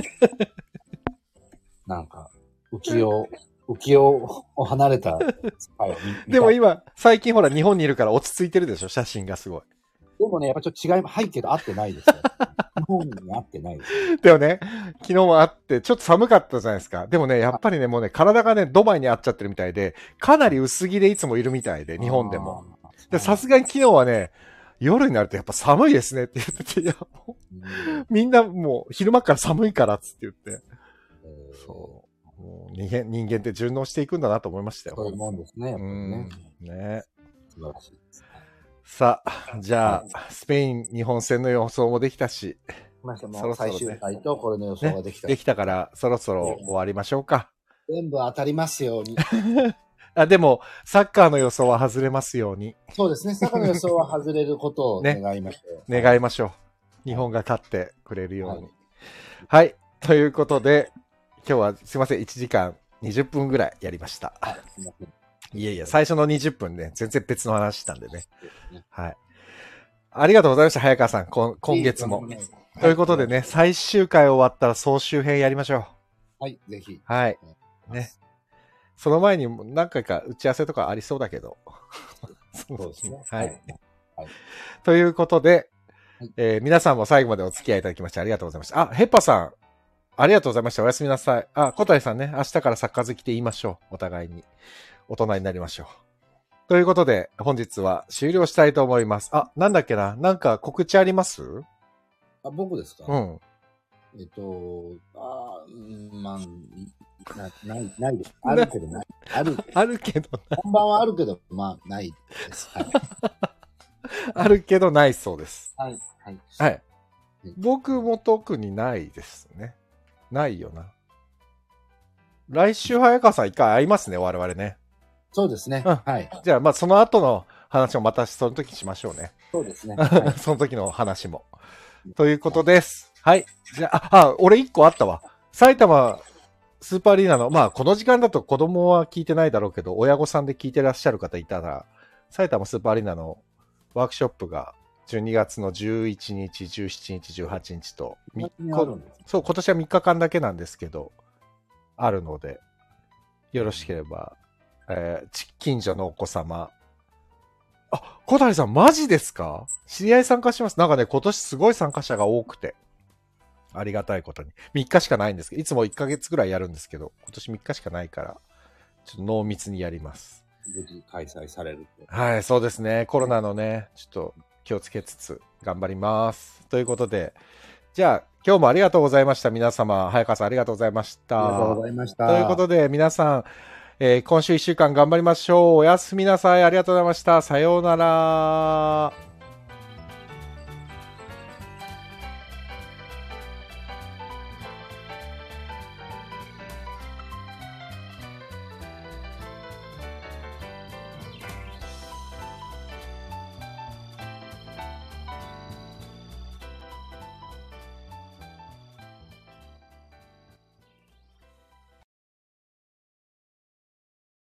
なんか、浮世を離れた世界をでも今、最近ほら日本にいるから落ち着いてるでしょ、写真がすごい。 でもね、やっぱちょっと違い、背景と合ってないですよ。日本に合ってないですよ。 でもね、昨日もあって、ちょっと寒かったじゃないですか。でもね、やっぱりね、もうね、体がね、ドバイに合っちゃってるみたいで、かなり薄着でいつもいるみたいで、日本でも。で、さすがに昨日はね、夜になるとやっぱ寒いですねって言ってて、いや、もうみんなもう昼間から寒いからっつって言って。そう。もう人間って順応していくんだなと思いましたよ。 そういうもんですね、やっぱりね。 ね。 素晴らしいです。 さあ、じゃあ、スペイン日本戦の予想もできたし、 そろそろ最終回とこれの予想ができた。 できたから、そろそろ終わりましょうか。 全部当たりますように。 でも、サッカーの予想は外れますように。 そうですね。サッカーの予想は外れることを願いましょう。 願いましょう。日本が勝ってくれるように。はい。ということで、今日はすいません、1時間20分ぐらいやりました。いえいえ、最初の20分ね、全然別の話したんでね。はい。ありがとうございました、早川さん。今月も。ということでね、最終回終わったら総集編やりましょう。はい、ぜひ。 はい。ね。その前に何回か打ち合わせとかありそうだけど。 そうですね。 はい。ということで、皆さんも最後までお付き合いいただきましてありがとうございました。ヘッパさん、ありがとうございました。おやすみなさい。小谷さんね、明日からサッカー好きで言いましょう。お互いに。大人になりましょう。ということで、本日は終了したいと思います。なんだっけな、なんか告知あります？ 僕ですか？ うん。 ないです。あるけどない。 あるけどない。 本番はあるけど、ないです。はい、 あるけどないそうです。 はい。 はい。僕も特にないですね。ないよな。来週早川さん一回会いますね、我々ね。 そうですね。はい。 じゃあ、その後の話もまたその時しましょうね。 そうですね。 はい、その時の話も。ということです。はい。じゃあ、俺一個あったわ。埼玉スーパーアリーナの、この時間だと子供は聞いてないだろうけど、親御さんで聞いてらっしゃる方いたら、埼玉スーパーアリーナのワークショップが12月の11日、17日、18日と、そう、今年は3日間だけなんですけど、あるので、よろしければ、近所のお子様。小谷さんマジですか？知り合い参加します。なんかね、今年すごい参加者が多くて。ありがたいことに。3日しかないんですけど、いつも1ヶ月ぐらいやるんですけど、今年3日しかないから、ちょっと濃密にやります。 無事開催される。 はい、そうですね。コロナのね、ちょっと気をつけつつ頑張ります。ということで、じゃあ、今日もありがとうございました。皆様、早川さんありがとうございました。 ありがとうございました。 ということで、皆さん、今週1週間頑張りましょう。おやすみなさい。ありがとうございました。さようなら。